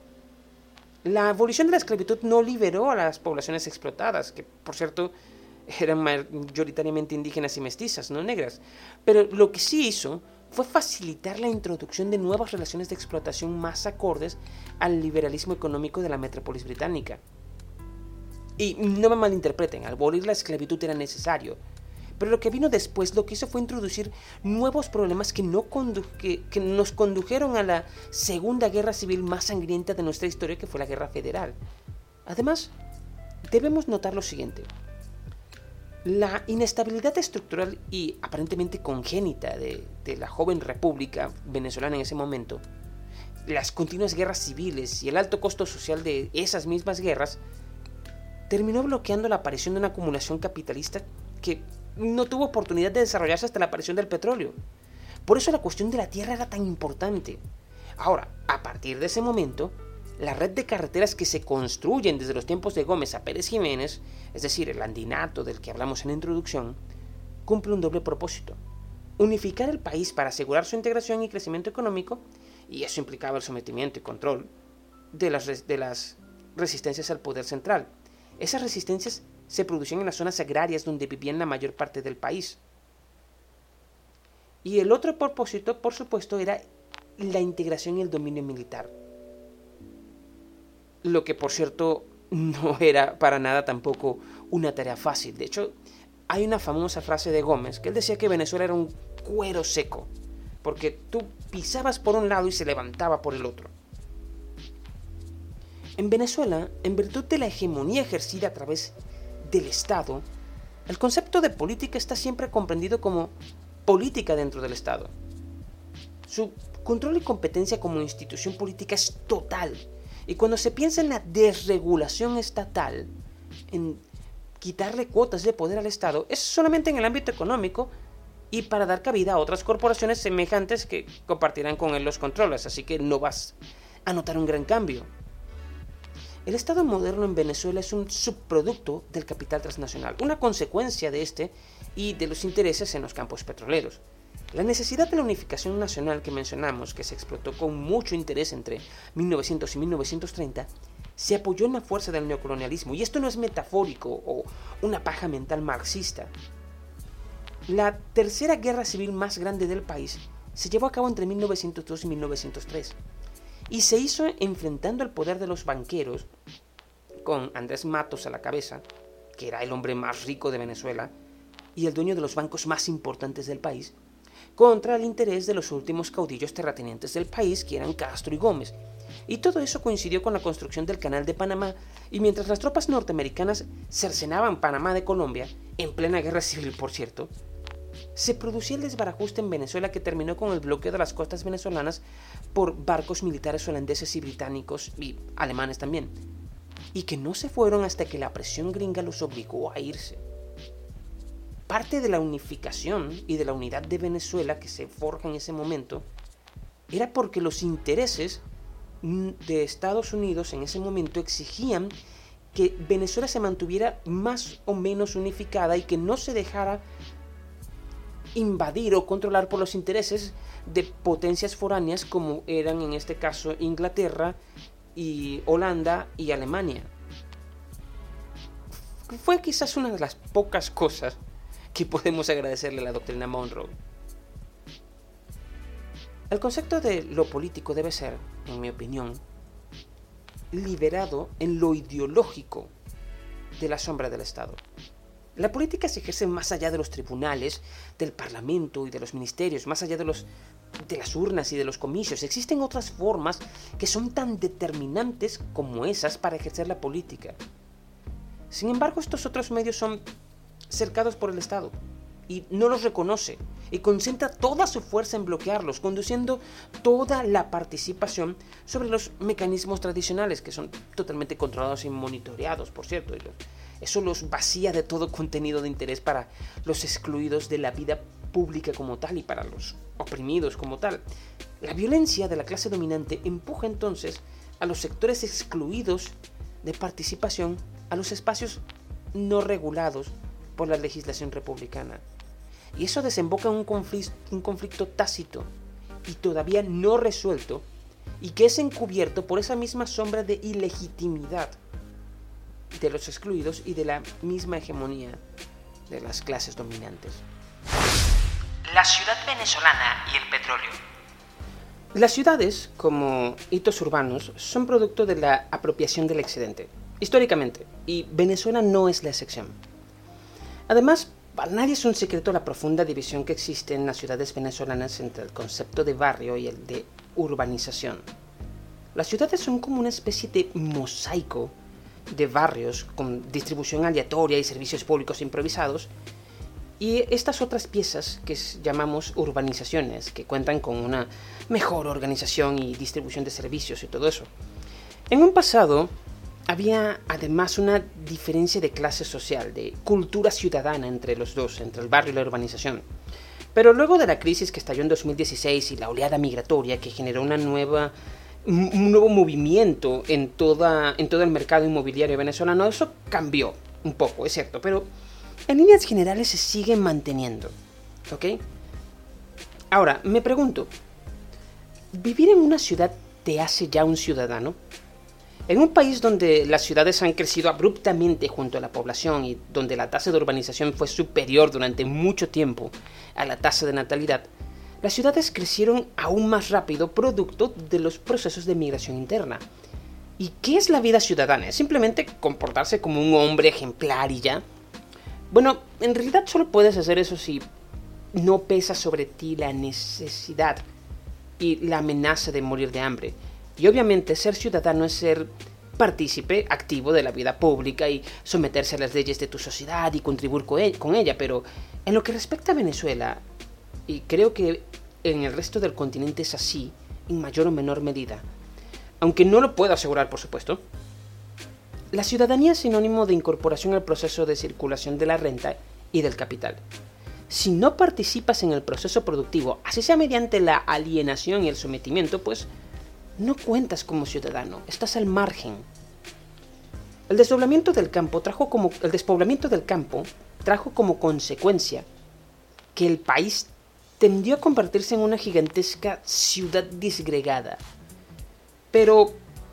La abolición de la esclavitud no liberó a las poblaciones explotadas, que por cierto eran mayoritariamente indígenas y mestizas, no negras, pero lo que sí hizo fue facilitar la introducción de nuevas relaciones de explotación más acordes al liberalismo económico de la metrópolis británica. Y no me malinterpreten, abolir la esclavitud era necesario, pero lo que vino después lo que hizo fue introducir nuevos problemas que nos condujeron a la segunda guerra civil más sangrienta de nuestra historia, que fue la Guerra Federal. Además, debemos notar lo siguiente. La inestabilidad estructural y aparentemente congénita de la joven república venezolana en ese momento, las continuas guerras civiles y el alto costo social de esas mismas guerras, terminó bloqueando la aparición de una acumulación capitalista que no tuvo oportunidad de desarrollarse hasta la aparición del petróleo. Por eso la cuestión de la tierra era tan importante. Ahora, a partir de ese momento, la red de carreteras que se construyen desde los tiempos de Gómez a Pérez Jiménez, es decir, el andinato del que hablamos en la introducción, cumple un doble propósito: unificar el país para asegurar su integración y crecimiento económico, y eso implicaba el sometimiento y control de las resistencias al poder central. Esas resistencias se producían en las zonas agrarias donde vivían la mayor parte del país. Y el otro propósito, por supuesto, era la integración y el dominio militar. Lo que, por cierto, no era para nada tampoco una tarea fácil. De hecho, hay una famosa frase de Gómez, que él decía que Venezuela era un cuero seco, porque tú pisabas por un lado y se levantaba por el otro. En Venezuela, en virtud de la hegemonía ejercida a través del Estado, el concepto de política está siempre comprendido como política dentro del Estado. Su control y competencia como institución política es total. Y cuando se piensa en la desregulación estatal, en quitarle cuotas de poder al Estado, es solamente en el ámbito económico y para dar cabida a otras corporaciones semejantes que compartirán con él los controles, así que no vas a notar un gran cambio. El Estado moderno en Venezuela es un subproducto del capital transnacional, una consecuencia de este y de los intereses en los campos petroleros. La necesidad de la unificación nacional que mencionamos, que se explotó con mucho interés entre 1900 y 1930, se apoyó en la fuerza del neocolonialismo, y esto no es metafórico o una paja mental marxista. La tercera guerra civil más grande del país se llevó a cabo entre 1902 y 1903, y se hizo enfrentando el poder de los banqueros, con Andrés Matos a la cabeza, que era el hombre más rico de Venezuela y el dueño de los bancos más importantes del país, contra el interés de los últimos caudillos terratenientes del país, que eran Castro y Gómez. Y todo eso coincidió con la construcción del Canal de Panamá, y mientras las tropas norteamericanas cercenaban Panamá de Colombia, en plena guerra civil por cierto, se producía el desbarajuste en Venezuela que terminó con el bloqueo de las costas venezolanas por barcos militares holandeses y británicos y alemanes también, y que no se fueron hasta que la presión gringa los obligó a irse. Parte de la unificación y de la unidad de Venezuela que se forja en ese momento era porque los intereses de Estados Unidos en ese momento exigían que Venezuela se mantuviera más o menos unificada y que no se dejara invadir o controlar por los intereses de potencias foráneas como eran en este caso Inglaterra y Holanda y Alemania. Fue quizás una de las pocas cosas que podemos agradecerle a la doctrina Monroe. El concepto de lo político debe ser, en mi opinión, liberado en lo ideológico de la sombra del Estado. La política se ejerce más allá de los tribunales, del parlamento y de los ministerios, más allá de las urnas y de los comicios. Existen otras formas que son tan determinantes como esas para ejercer la política. Sin embargo, estos otros medios son cercados por el Estado y no los reconoce y concentra toda su fuerza en bloquearlos, conduciendo toda la participación sobre los mecanismos tradicionales que son totalmente controlados y monitoreados, por cierto. Eso los vacía de todo contenido de interés para los excluidos de la vida pública como tal y para los oprimidos como tal. La violencia de la clase dominante empuja entonces a los sectores excluidos de participación a los espacios no regulados por la legislación republicana. Y eso desemboca en un conflicto tácito y todavía no resuelto, y que es encubierto por esa misma sombra de ilegitimidad de los excluidos y de la misma hegemonía de las clases dominantes. La ciudad venezolana y el petróleo. Las ciudades, como hitos urbanos, son producto de la apropiación del excedente, históricamente, y Venezuela no es la excepción. Además, para nadie es un secreto la profunda división que existe en las ciudades venezolanas entre el concepto de barrio y el de urbanización. Las ciudades son como una especie de mosaico de barrios con distribución aleatoria y servicios públicos improvisados, y estas otras piezas que llamamos urbanizaciones, que cuentan con una mejor organización y distribución de servicios y todo eso. En un pasado había además una diferencia de clase social, de cultura ciudadana entre los dos, entre el barrio y la urbanización. Pero luego de la crisis que estalló en 2016 y la oleada migratoria que generó un nuevo movimiento en todo el mercado inmobiliario venezolano, eso cambió un poco, es cierto, pero en líneas generales se sigue manteniendo, ¿ok? Ahora, me pregunto, ¿vivir en una ciudad te hace ya un ciudadano? En un país donde las ciudades han crecido abruptamente junto a la población y donde la tasa de urbanización fue superior durante mucho tiempo a la tasa de natalidad, las ciudades crecieron aún más rápido producto de los procesos de migración interna. ¿Y qué es la vida ciudadana? ¿Es simplemente comportarse como un hombre ejemplar y ya? Bueno, en realidad solo puedes hacer eso si no pesa sobre ti la necesidad y la amenaza de morir de hambre. Y obviamente ser ciudadano es ser partícipe activo de la vida pública y someterse a las leyes de tu sociedad y contribuir con ella, pero en lo que respecta a Venezuela, y creo que en el resto del continente es así, en mayor o menor medida, aunque no lo puedo asegurar por supuesto, la ciudadanía es sinónimo de incorporación al proceso de circulación de la renta y del capital. Si no participas en el proceso productivo, así sea mediante la alienación y el sometimiento, pues no cuentas como ciudadano, estás al margen. El despoblamiento del campo trajo como consecuencia que el país tendió a convertirse en una gigantesca ciudad disgregada. Pero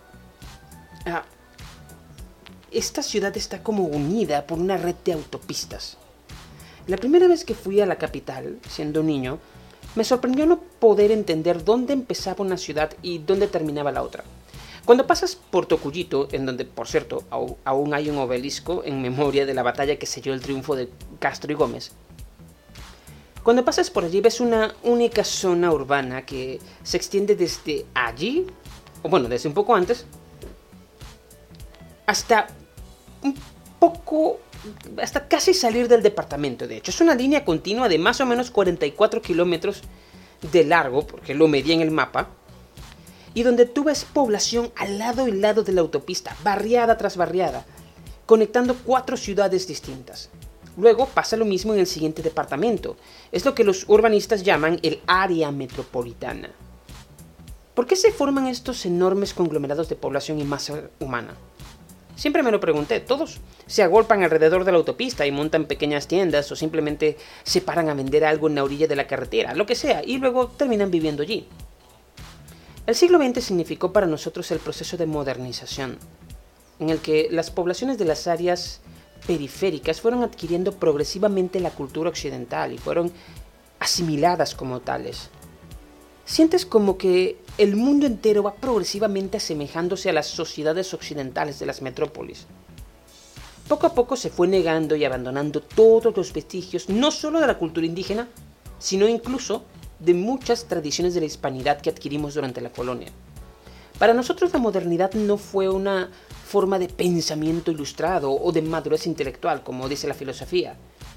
esta ciudad está como unida por una red de autopistas. La primera vez que fui a la capital, siendo niño, me sorprendió no poder entender dónde empezaba una ciudad y dónde terminaba la otra. Cuando pasas por Tocuyito, en donde, por cierto, aún hay un obelisco en memoria de la batalla que selló el triunfo de Castro y Gómez, cuando pasas por allí ves una única zona urbana que se extiende desde allí, o bueno, desde un poco antes, hasta un poco hasta casi salir del departamento. De hecho, es una línea continua de más o menos 44 kilómetros de largo, porque lo medí en el mapa, y donde tú ves población al lado y lado de la autopista, barriada tras barriada, conectando 4 ciudades distintas. Luego pasa lo mismo en el siguiente departamento. Es lo que los urbanistas llaman el área metropolitana. ¿Por qué se forman estos enormes conglomerados de población y masa humana? Siempre me lo pregunté. Todos se agolpan alrededor de la autopista y montan pequeñas tiendas o simplemente se paran a vender algo en la orilla de la carretera, lo que sea, y luego terminan viviendo allí. El siglo XX significó para nosotros el proceso de modernización, en el que las poblaciones de las áreas periféricas fueron adquiriendo progresivamente la cultura occidental y fueron asimiladas como tales. Sientes como que el mundo entero va progresivamente asemejándose a las sociedades occidentales de las metrópolis. Poco a poco se fue negando y abandonando todos los vestigios, no solo de la cultura indígena, sino incluso de muchas tradiciones de la hispanidad que adquirimos durante la colonia. Para nosotros la modernidad no fue una forma de pensamiento ilustrado o de madurez intelectual, como dice la filosofía.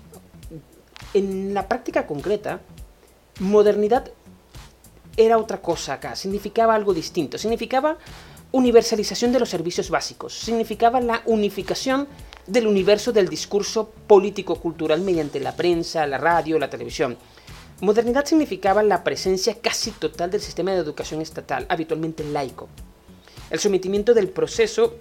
En la práctica concreta, modernidad era otra cosa acá, significaba algo distinto, significaba universalización de los servicios básicos, significaba la unificación del universo del discurso político-cultural mediante la prensa, la radio, la televisión. Modernidad significaba la presencia casi total del sistema de educación estatal, habitualmente laico, el sometimiento del proceso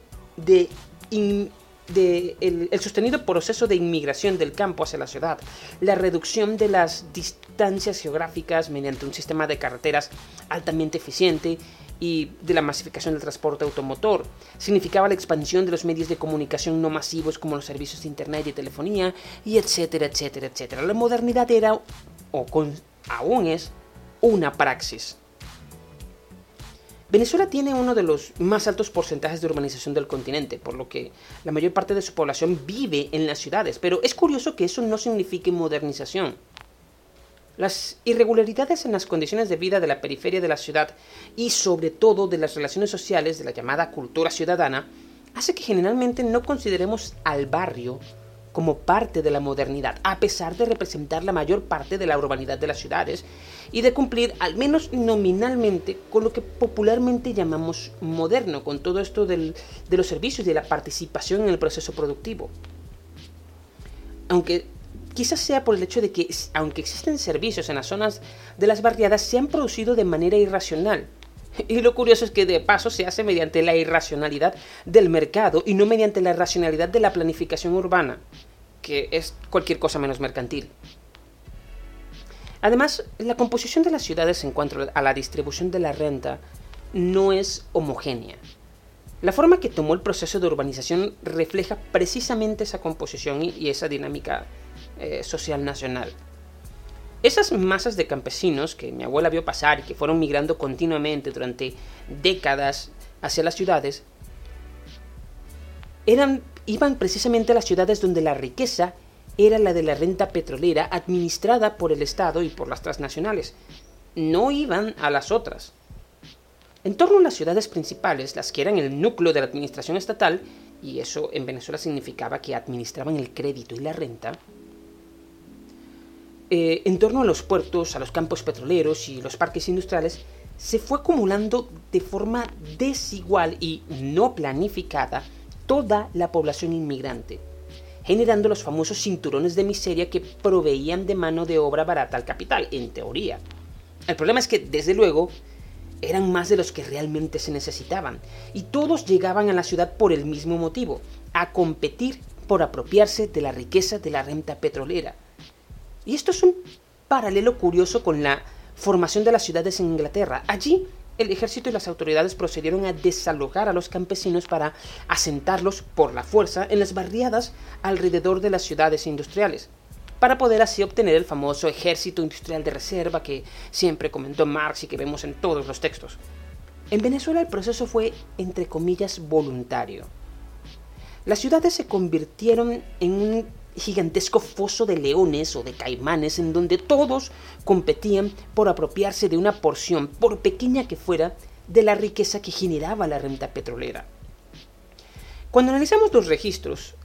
el sostenido proceso de inmigración del campo hacia la ciudad, la reducción de las distancias geográficas mediante un sistema de carreteras altamente eficiente y de la masificación del transporte automotor. Significaba la expansión de los medios de comunicación no masivos como los servicios de internet y telefonía, y etcétera, etcétera, etcétera. La modernidad era, aún es, una praxis. Venezuela tiene uno de los más altos porcentajes de urbanización del continente, por lo que la mayor parte de su población vive en las ciudades, pero es curioso que eso no signifique modernización. Las irregularidades en las condiciones de vida de la periferia de la ciudad y sobre todo de las relaciones sociales de la llamada cultura ciudadana hace que generalmente no consideremos al barrio como parte de la modernidad, a pesar de representar la mayor parte de la urbanidad de las ciudades y de cumplir, al menos nominalmente, con lo que popularmente llamamos moderno, con todo esto de los servicios y de la participación en el proceso productivo. Aunque quizás sea por el hecho de que, aunque existen servicios en las zonas de las barriadas, se han producido de manera irracional. Y lo curioso es que de paso se hace mediante la irracionalidad del mercado y no mediante la racionalidad de la planificación urbana, que es cualquier cosa menos mercantil. Además, la composición de las ciudades en cuanto a la distribución de la renta no es homogénea. La forma que tomó el proceso de urbanización refleja precisamente esa composición y esa dinámica social nacional. Esas masas de campesinos que mi abuela vio pasar y que fueron migrando continuamente durante décadas hacia las ciudades, iban precisamente a las ciudades donde la riqueza era la de la renta petrolera administrada por el Estado y por las transnacionales. No iban a las otras. En torno a las ciudades principales, las que eran el núcleo de la administración estatal, y eso en Venezuela significaba que administraban el crédito y la renta, en torno a los puertos, a los campos petroleros y los parques industriales, se fue acumulando de forma desigual y no planificada toda la población inmigrante, generando los famosos cinturones de miseria que proveían de mano de obra barata al capital, en teoría. El problema es que, desde luego, eran más de los que realmente se necesitaban, y todos llegaban a la ciudad por el mismo motivo, a competir por apropiarse de la riqueza de la renta petrolera. Y esto es un paralelo curioso con la formación de las ciudades en Inglaterra. Allí, el ejército y las autoridades procedieron a desalojar a los campesinos para asentarlos por la fuerza en las barriadas alrededor de las ciudades industriales, para poder así obtener el famoso ejército industrial de reserva que siempre comentó Marx y que vemos en todos los textos. En Venezuela el proceso fue, entre comillas, voluntario. Las ciudades se convirtieron en un gigantesco foso de leones o de caimanes en donde todos competían por apropiarse de una porción, por pequeña que fuera, de la riqueza que generaba la renta petrolera. Cuando analizamos los registros,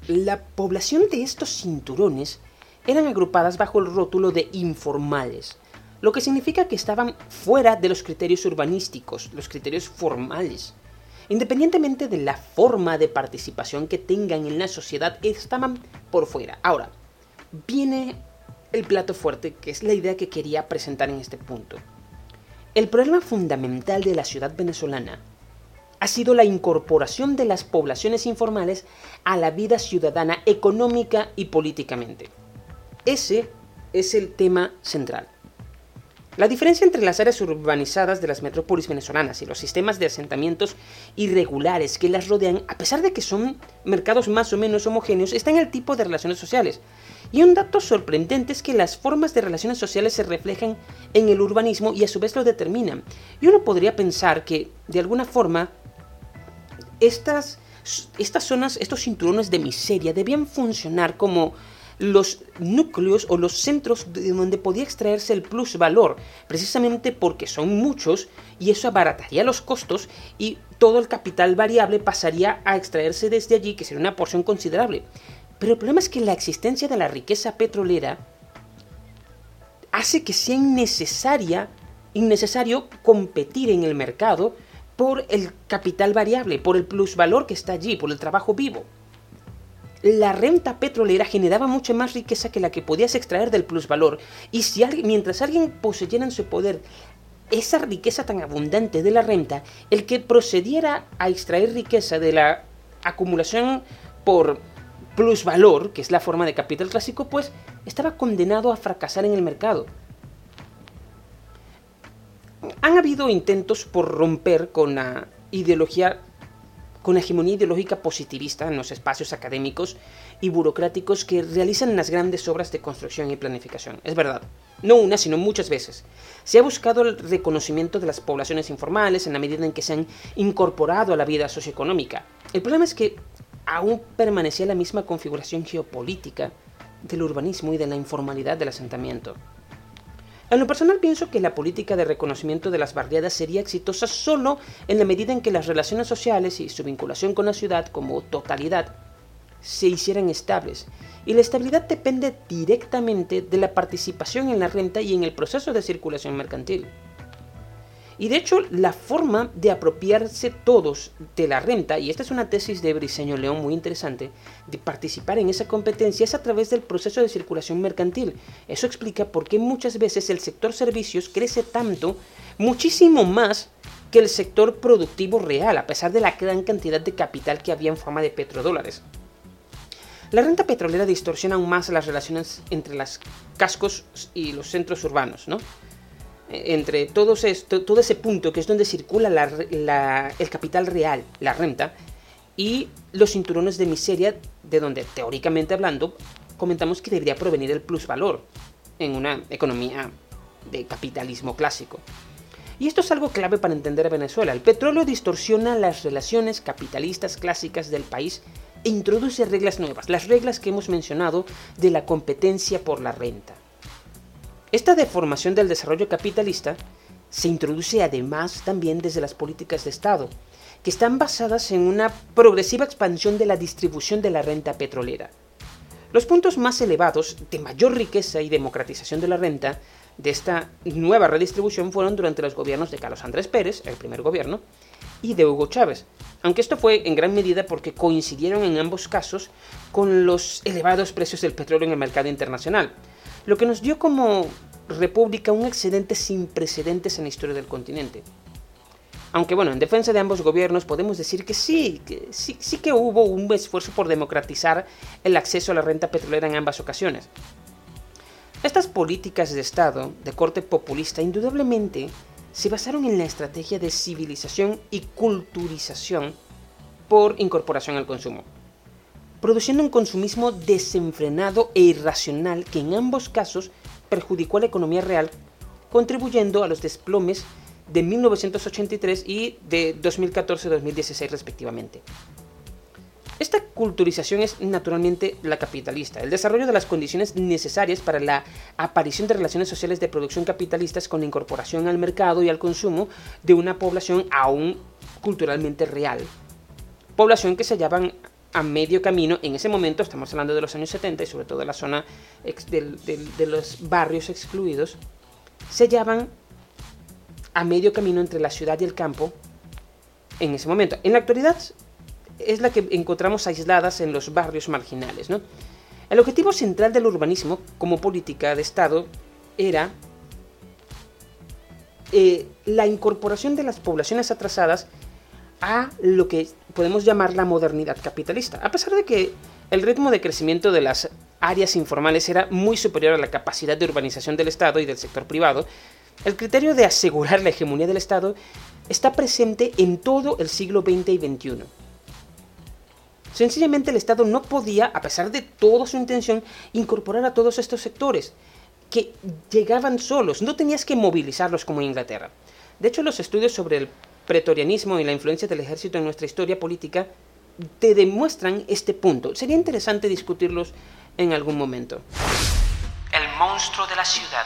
La población de estos cinturones eran agrupadas bajo el rótulo de informales, lo que significa que estaban fuera de los criterios urbanísticos, los criterios formales. Independientemente de la forma de participación que tengan en la sociedad, estaban por fuera. Ahora, viene el plato fuerte, que es la idea que quería presentar en este punto. El problema fundamental de la ciudad venezolana ha sido la incorporación de las poblaciones informales a la vida ciudadana económica y políticamente. Ese es el tema central. La diferencia entre las áreas urbanizadas de las metrópolis venezolanas y los sistemas de asentamientos irregulares que las rodean, a pesar de que son mercados más o menos homogéneos, está en el tipo de relaciones sociales. Y un dato sorprendente es que las formas de relaciones sociales se reflejan en el urbanismo y a su vez lo determinan. Y uno podría pensar que, de alguna forma, estas zonas, estos cinturones de miseria debían funcionar como los núcleos o los centros de donde podía extraerse el plusvalor, precisamente porque son muchos y eso abarataría los costos y todo el capital variable pasaría a extraerse desde allí, que sería una porción considerable. Pero el problema es que la existencia de la riqueza petrolera hace que sea innecesario competir en el mercado por el capital variable, por el plusvalor que está allí, por el trabajo vivo. La renta petrolera generaba mucha más riqueza que la que podías extraer del plusvalor, y mientras alguien poseyera en su poder esa riqueza tan abundante de la renta, el que procediera a extraer riqueza de la acumulación por plusvalor, que es la forma de capital clásico, pues estaba condenado a fracasar en el mercado. Han habido intentos por romper con la hegemonía ideológica positivista en los espacios académicos y burocráticos que realizan las grandes obras de construcción y planificación. Es verdad, no una, sino muchas veces. Se ha buscado el reconocimiento de las poblaciones informales en la medida en que se han incorporado a la vida socioeconómica. El problema es que aún permanecía la misma configuración geopolítica del urbanismo y de la informalidad del asentamiento. En lo personal pienso que la política de reconocimiento de las barriadas sería exitosa solo en la medida en que las relaciones sociales y su vinculación con la ciudad como totalidad se hicieran estables. Y la estabilidad depende directamente de la participación en la renta y en el proceso de circulación mercantil. Y de hecho, la forma de apropiarse todos de la renta, y esta es una tesis de Briceño León muy interesante, de participar en esa competencia es a través del proceso de circulación mercantil. Eso explica por qué muchas veces el sector servicios crece tanto, muchísimo más que el sector productivo real, a pesar de la gran cantidad de capital que había en forma de petrodólares. La renta petrolera distorsiona aún más las relaciones entre los cascos y los centros urbanos, ¿no? Entre todo ese punto que es donde circula el capital real, la renta, y los cinturones de miseria, de donde, teóricamente hablando, comentamos que debería provenir el plusvalor en una economía de capitalismo clásico. Y esto es algo clave para entender a Venezuela. El petróleo distorsiona las relaciones capitalistas clásicas del país e introduce reglas nuevas, las reglas que hemos mencionado de la competencia por la renta. Esta deformación del desarrollo capitalista se introduce además también desde las políticas de Estado, que están basadas en una progresiva expansión de la distribución de la renta petrolera. Los puntos más elevados de mayor riqueza y democratización de la renta de esta nueva redistribución fueron durante los gobiernos de Carlos Andrés Pérez, el primer gobierno, y de Hugo Chávez, aunque esto fue en gran medida porque coincidieron en ambos casos con los elevados precios del petróleo en el mercado internacional, lo que nos dio como república un excedente sin precedentes en la historia del continente. Aunque bueno, en defensa de ambos gobiernos podemos decir que sí que hubo un esfuerzo por democratizar el acceso a la renta petrolera en ambas ocasiones. Estas políticas de Estado de corte populista indudablemente se basaron en la estrategia de civilización y culturización por incorporación al consumo, produciendo un consumismo desenfrenado e irracional que en ambos casos perjudicó a la economía real, contribuyendo a los desplomes de 1983 y de 2014-2016 respectivamente. Esta culturización es naturalmente la capitalista, el desarrollo de las condiciones necesarias para la aparición de relaciones sociales de producción capitalistas con la incorporación al mercado y al consumo de una población aún culturalmente real, población que se hallaban a medio camino. En ese momento, estamos hablando de los años 70 y sobre todo de la zona de los barrios excluidos, se hallaban a medio camino entre la ciudad y el campo en ese momento. En la actualidad es la que encontramos aisladas en los barrios marginales, ¿no? El objetivo central del urbanismo como política de Estado era la incorporación de las poblaciones atrasadas a lo que podemos llamar la modernidad capitalista. A pesar de que el ritmo de crecimiento de las áreas informales era muy superior a la capacidad de urbanización del Estado y del sector privado, el criterio de asegurar la hegemonía del Estado está presente en todo el siglo XX y XXI. Sencillamente el Estado no podía, a pesar de toda su intención, incorporar a todos estos sectores, que llegaban solos, no tenías que movilizarlos como en Inglaterra. De hecho, los estudios sobre el pretorianismo y la influencia del ejército en nuestra historia política te demuestran este punto. Sería interesante discutirlos en algún momento. El monstruo de la ciudad.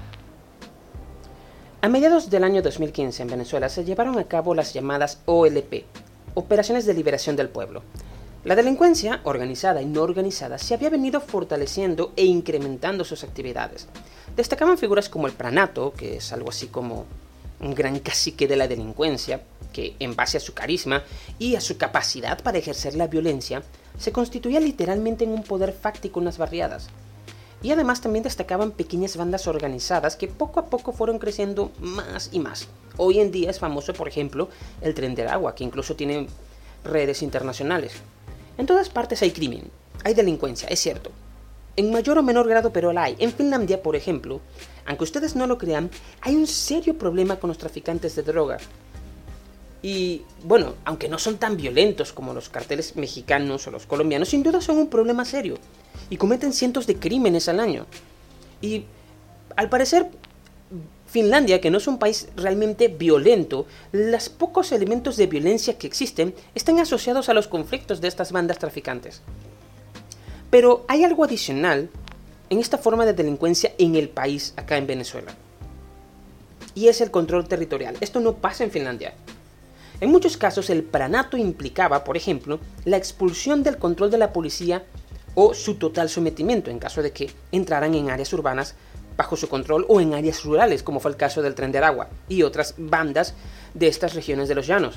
A mediados del año 2015 en Venezuela se llevaron a cabo las llamadas OLP, Operaciones de Liberación del Pueblo. La delincuencia, organizada y no organizada, se había venido fortaleciendo e incrementando sus actividades. Destacaban figuras como el pranato, que es algo así como un gran cacique de la delincuencia, que en base a su carisma y a su capacidad para ejercer la violencia, se constituía literalmente en un poder fáctico en las barriadas. Y además también destacaban pequeñas bandas organizadas que poco a poco fueron creciendo más y más. Hoy en día es famoso, por ejemplo, el Tren del Agua, que incluso tiene redes internacionales. En todas partes hay crimen, hay delincuencia, es cierto. En mayor o menor grado, pero la hay. En Finlandia, por ejemplo, aunque ustedes no lo crean, hay un serio problema con los traficantes de droga. Y, bueno, aunque no son tan violentos como los carteles mexicanos o los colombianos, sin duda son un problema serio. Y cometen cientos de crímenes al año. Y, al parecer, Finlandia, que no es un país realmente violento, los pocos elementos de violencia que existen están asociados a los conflictos de estas bandas traficantes. Pero hay algo adicional en esta forma de delincuencia en el país, acá en Venezuela. Y es el control territorial. Esto no pasa en Finlandia. En muchos casos el pranato implicaba, por ejemplo, la expulsión del control de la policía o su total sometimiento en caso de que entraran en áreas urbanas bajo su control o en áreas rurales, como fue el caso del Tren del Agua y otras bandas de estas regiones de los llanos,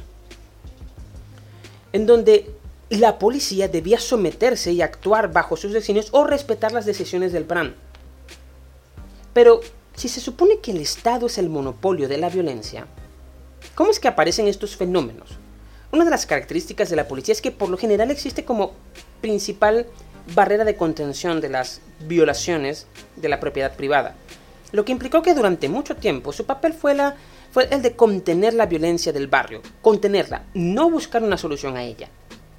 en donde la policía debía someterse y actuar bajo sus designios o respetar las decisiones del PRAN. Pero, si se supone que el Estado es el monopolio de la violencia, ¿cómo es que aparecen estos fenómenos? Una de las características de la policía es que por lo general existe como principal barrera de contención de las violaciones de la propiedad privada, lo que implicó que durante mucho tiempo su papel fue el de contener la violencia del barrio, contenerla, no buscar una solución a ella.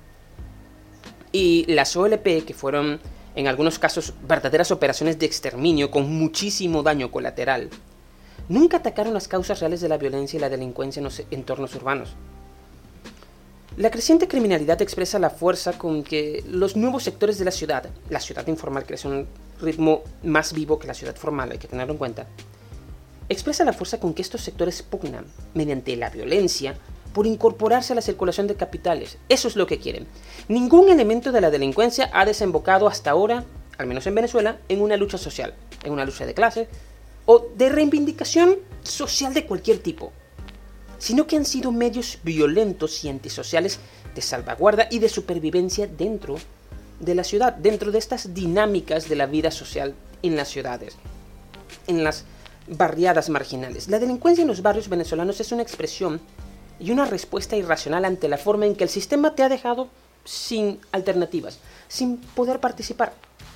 Y las OLP, que fueron en algunos casos verdaderas operaciones de exterminio con muchísimo daño colateral, nunca atacaron las causas reales de la violencia y la delincuencia en los entornos urbanos. La creciente criminalidad expresa la fuerza con que los nuevos sectores de la ciudad informal crece a un ritmo más vivo que la ciudad formal, hay que tenerlo en cuenta, expresa la fuerza con que estos sectores pugnan, mediante la violencia, por incorporarse a la circulación de capitales. Eso es lo que quieren. Ningún elemento de la delincuencia ha desembocado hasta ahora, al menos en Venezuela, en una lucha social, en una lucha de clase, o de reivindicación social de cualquier tipo, sino que han sido medios violentos y antisociales de salvaguarda y de supervivencia dentro de la ciudad, dentro de estas dinámicas de la vida social en las ciudades, en las barriadas marginales. La delincuencia en los barrios venezolanos es una expresión y una respuesta irracional ante la forma en que el sistema te ha dejado sin alternativas, sin poder participar.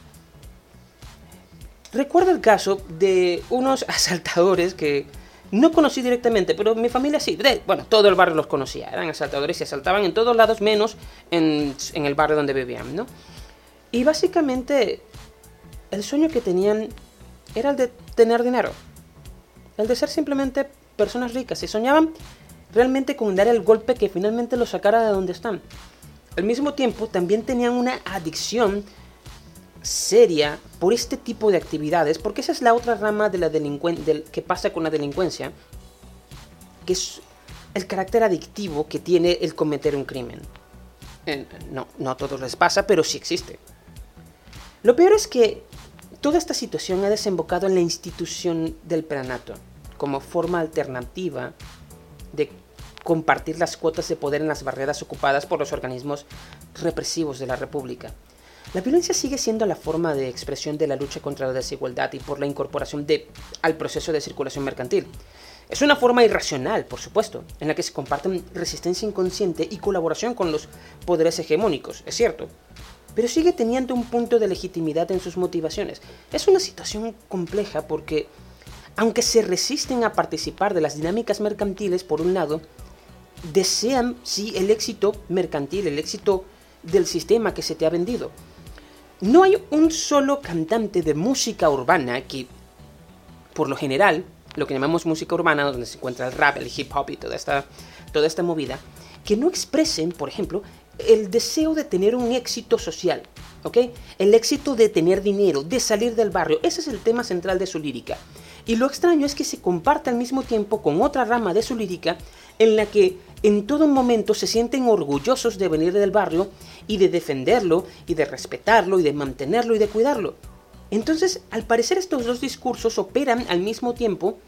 Recuerdo el caso de unos asaltadores que no conocí directamente, pero mi familia sí. Bueno, todo el barrio los conocía. Eran asaltadores y asaltaban en todos lados, menos en el barrio donde vivían, ¿no? Y básicamente el sueño que tenían era el de tener dinero. El de ser simplemente personas ricas. Y soñaban realmente con dar el golpe que finalmente los sacara de donde están. Al mismo tiempo, también tenían una adicción seria por este tipo de actividades, porque esa es la otra rama de la que pasa con la delincuencia, que es el carácter adictivo que tiene el cometer un crimen. No a todos les pasa, pero sí existe. Lo peor es que toda esta situación ha desembocado en la institución del pranato, como forma alternativa de compartir las cuotas de poder en las barreras ocupadas por los organismos represivos de la República. La violencia sigue siendo la forma de expresión de la lucha contra la desigualdad y por la incorporación al proceso de circulación mercantil. Es una forma irracional, por supuesto, en la que se comparten resistencia inconsciente y colaboración con los poderes hegemónicos, es cierto, pero sigue teniendo un punto de legitimidad en sus motivaciones. Es una situación compleja porque, aunque se resisten a participar de las dinámicas mercantiles, por un lado, desean, sí, el éxito mercantil, el éxito del sistema que se te ha vendido. No hay un solo cantante de música urbana que, por lo general, lo que llamamos música urbana, donde se encuentra el rap, el hip hop y toda esta movida, que no expresen, por ejemplo, el deseo de tener un éxito social, ¿ok? El éxito de tener dinero, de salir del barrio. Ese es el tema central de su lírica. Y lo extraño es que se comparte al mismo tiempo con otra rama de su lírica en la que en todo momento se sienten orgullosos de venir del barrio y de defenderlo y de respetarlo y de mantenerlo y de cuidarlo. Entonces, al parecer estos dos discursos operan al mismo tiempo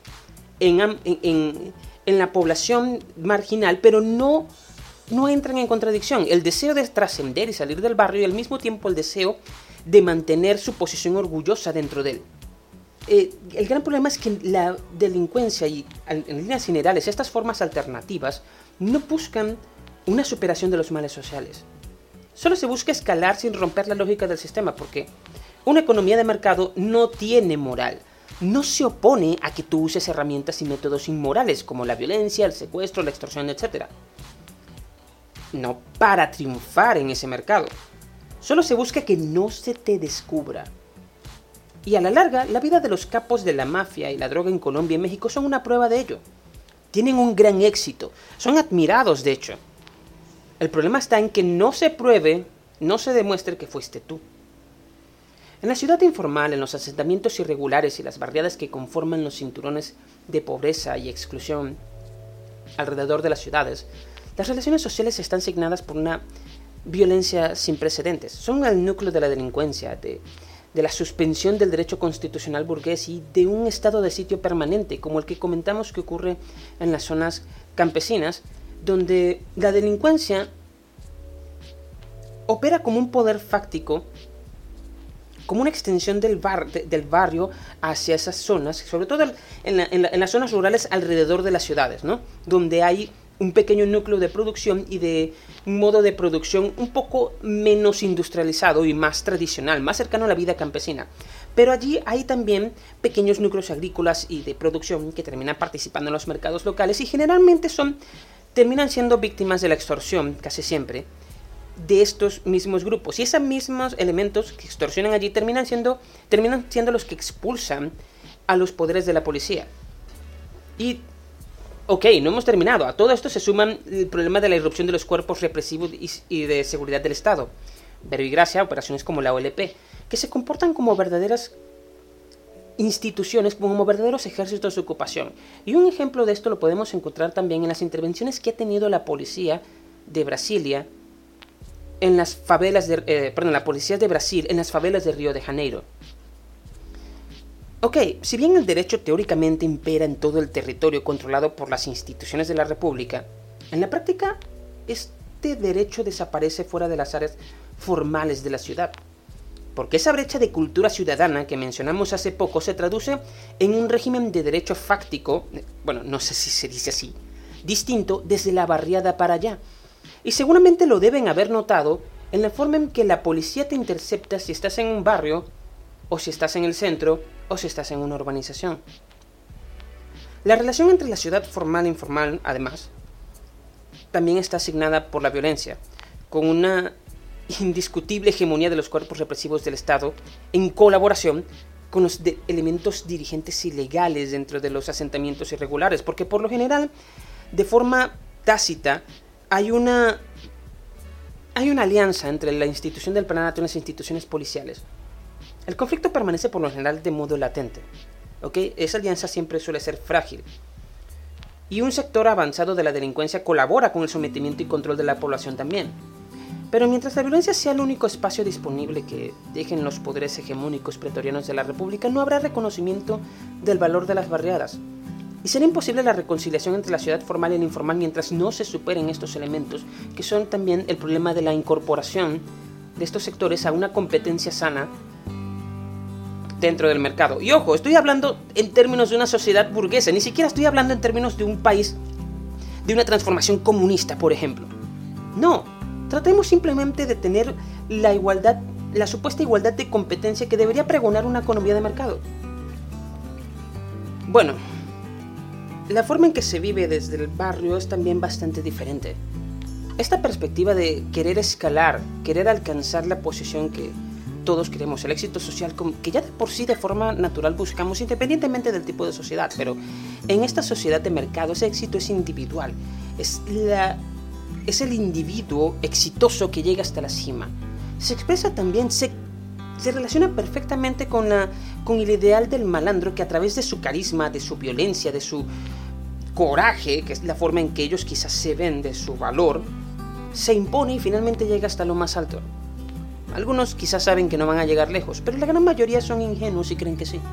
en la población marginal, pero no entran en contradicción. El deseo de trascender y salir del barrio y al mismo tiempo el deseo de mantener su posición orgullosa dentro de él. El gran problema es que la delincuencia y, en líneas generales, estas formas alternativas no buscan una superación de los males sociales. Solo se busca escalar sin romper la lógica del sistema, porque una economía de mercado no tiene moral. No se opone a que tú uses herramientas y métodos inmorales como la violencia, el secuestro, la extorsión, etc. No para triunfar en ese mercado. Solo se busca que no se te descubra. Y a la larga, la vida de los capos de la mafia y la droga en Colombia y México son una prueba de ello. Tienen un gran éxito, son admirados de hecho. El problema está en que no se pruebe, no se demuestre que fuiste tú. En la ciudad informal, en los asentamientos irregulares y las barriadas que conforman los cinturones de pobreza y exclusión alrededor de las ciudades, las relaciones sociales están signadas por una violencia sin precedentes. Son el núcleo de la delincuencia, de la suspensión del derecho constitucional burgués y de un estado de sitio permanente, como el que comentamos que ocurre en las zonas campesinas, donde la delincuencia opera como un poder fáctico, como una extensión del barrio hacia esas zonas, sobre todo en las zonas rurales alrededor de las ciudades, ¿no? Donde hay un pequeño núcleo de producción y de un modo de producción un poco menos industrializado y más tradicional, más cercano a la vida campesina. Pero allí hay también pequeños núcleos agrícolas y de producción que terminan participando en los mercados locales y generalmente terminan siendo víctimas de la extorsión, casi siempre, de estos mismos grupos. Y esos mismos elementos que extorsionan allí terminan siendo los que expulsan a los poderes de la policía. Y ok, no hemos terminado. A todo esto se suman el problema de la irrupción de los cuerpos represivos y de seguridad del Estado. Verbigracia, operaciones como la OLP, que se comportan como verdaderas instituciones, como verdaderos ejércitos de ocupación. Y un ejemplo de esto lo podemos encontrar también en las intervenciones que ha tenido la policía de Brasilia en las favelas la policía de Brasil en las favelas de Río de Janeiro. Ok, si bien el derecho teóricamente impera en todo el territorio controlado por las instituciones de la República, en la práctica este derecho desaparece fuera de las áreas formales de la ciudad. Porque esa brecha de cultura ciudadana que mencionamos hace poco se traduce en un régimen de derecho fáctico, bueno, no sé si se dice así, distinto desde la barriada para allá. Y seguramente lo deben haber notado en la forma en que la policía te intercepta si estás en un barrio, o si estás en el centro, o si estás en una urbanización. La relación entre la ciudad formal e informal, además, también está asignada por la violencia, con una indiscutible hegemonía de los cuerpos represivos del Estado en colaboración con los elementos dirigentes ilegales dentro de los asentamientos irregulares, porque por lo general, de forma tácita, hay una alianza entre la institución del pranato y las instituciones policiales. El conflicto permanece por lo general de modo latente, ¿ok? Esa alianza siempre suele ser frágil. Y un sector avanzado de la delincuencia colabora con el sometimiento y control de la población también. Pero mientras la violencia sea el único espacio disponible que dejen los poderes hegemónicos pretorianos de la República, no habrá reconocimiento del valor de las barriadas. Y será imposible la reconciliación entre la ciudad formal y la informal mientras no se superen estos elementos, que son también el problema de la incorporación de estos sectores a una competencia sana dentro del mercado. Y ojo, estoy hablando en términos de una sociedad burguesa, ni siquiera estoy hablando en términos de un país, de una transformación comunista, por ejemplo. No, tratemos simplemente de tener la igualdad, la supuesta igualdad de competencia que debería pregonar una economía de mercado. Bueno, la forma en que se vive desde el barrio es también bastante diferente. Esta perspectiva de querer escalar, querer alcanzar la posición que todos queremos, el éxito social que ya de por sí de forma natural buscamos independientemente del tipo de sociedad, pero en esta sociedad de mercado ese éxito es individual, es el individuo exitoso que llega hasta la cima. Se expresa también, se relaciona perfectamente con el ideal del malandro que a través de su carisma, de su violencia, de su coraje, que es la forma en que ellos quizás se ven de su valor, se impone y finalmente llega hasta lo más alto. Algunos quizás saben que no van a llegar lejos, pero la gran mayoría son ingenuos y creen que sí.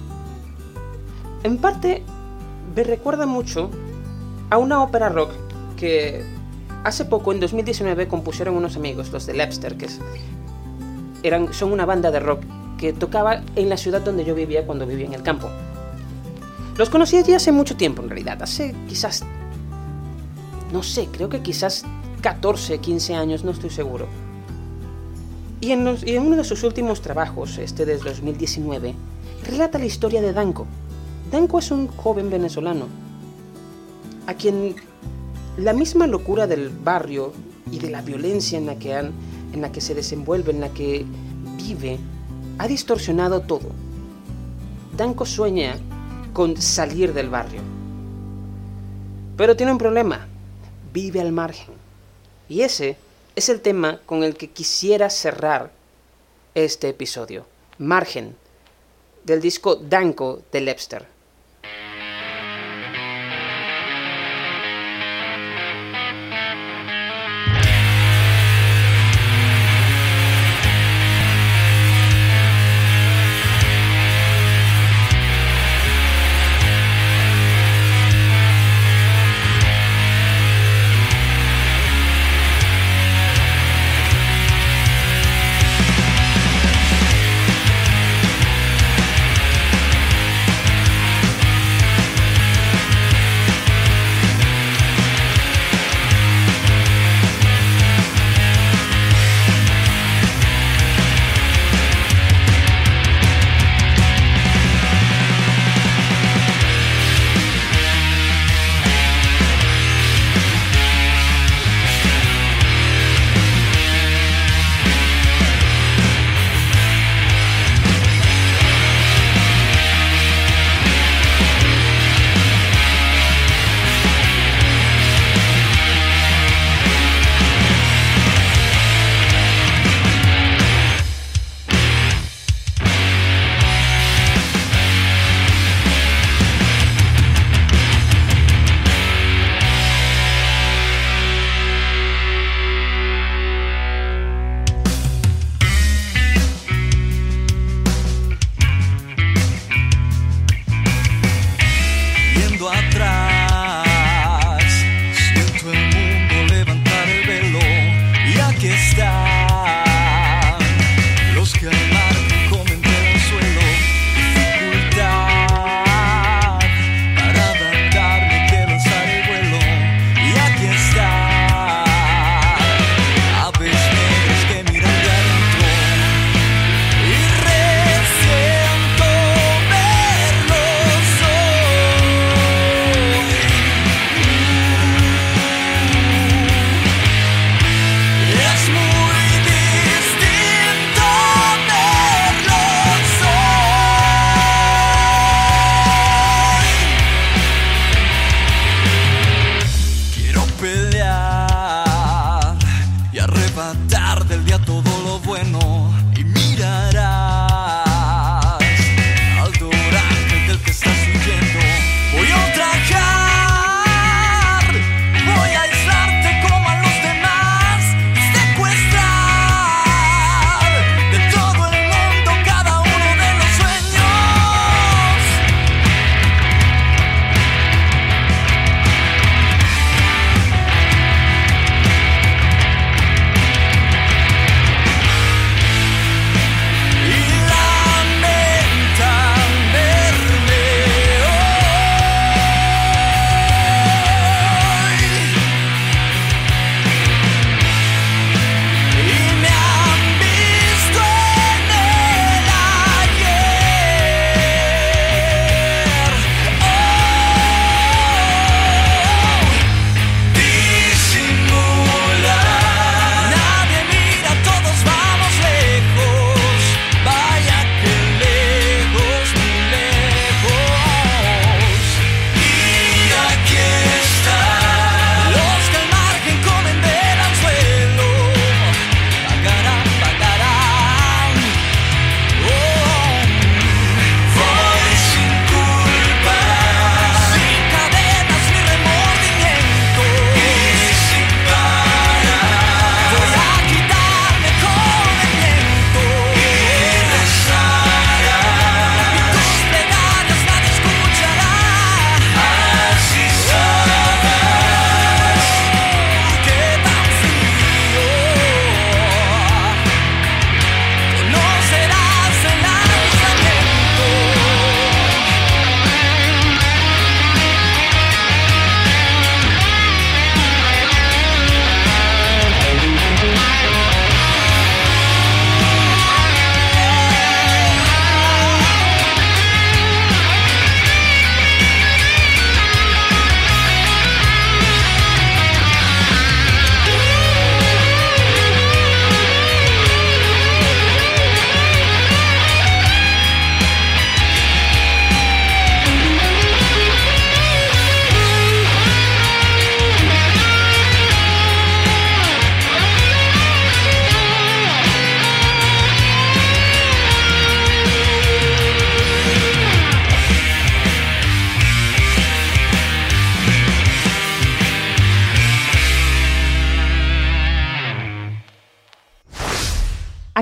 En parte, me recuerda mucho a una ópera rock que hace poco, en 2019, compusieron unos amigos, los de Lepster, que son una banda de rock que tocaba en la ciudad donde yo vivía cuando vivía en el campo. Los conocí allí hace mucho tiempo, en realidad, hace quizás, no sé, creo que quizás 14, 15 años, no estoy seguro. Y en uno de sus últimos trabajos, desde 2019, relata la historia de Danko. Danko es un joven venezolano, a quien la misma locura del barrio y de la violencia en la que se desenvuelve, en la que vive, ha distorsionado todo. Danko sueña con salir del barrio, pero tiene un problema: vive al margen. Y ese es el tema con el que quisiera cerrar este episodio. Margen, del disco Danko de Lepster.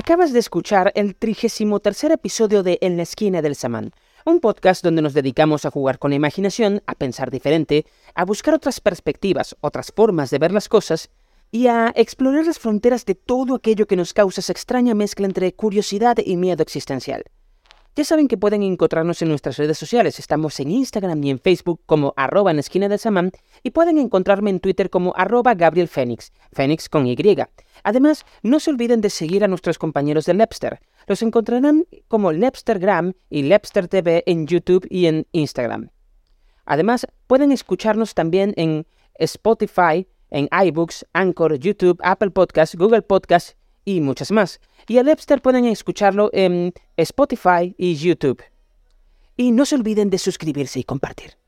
Acabas de escuchar el 33º episodio de En la esquina del samán, un podcast donde nos dedicamos a jugar con la imaginación, a pensar diferente, a buscar otras perspectivas, otras formas de ver las cosas y a explorar las fronteras de todo aquello que nos causa esa extraña mezcla entre curiosidad y miedo existencial. Ya saben que pueden encontrarnos en nuestras redes sociales. Estamos en Instagram y en Facebook como @enlaesquinadelsamán y pueden encontrarme en Twitter como @GabrielFénix, Fénix con Y. Además, no se olviden de seguir a nuestros compañeros de Lepster. Los encontrarán como Lepstergram y Lepster TV en YouTube y en Instagram. Además, pueden escucharnos también en Spotify, en iBooks, Anchor, YouTube, Apple Podcasts, Google Podcasts y muchas más. Y a Lepster pueden escucharlo en Spotify y YouTube. Y no se olviden de suscribirse y compartir.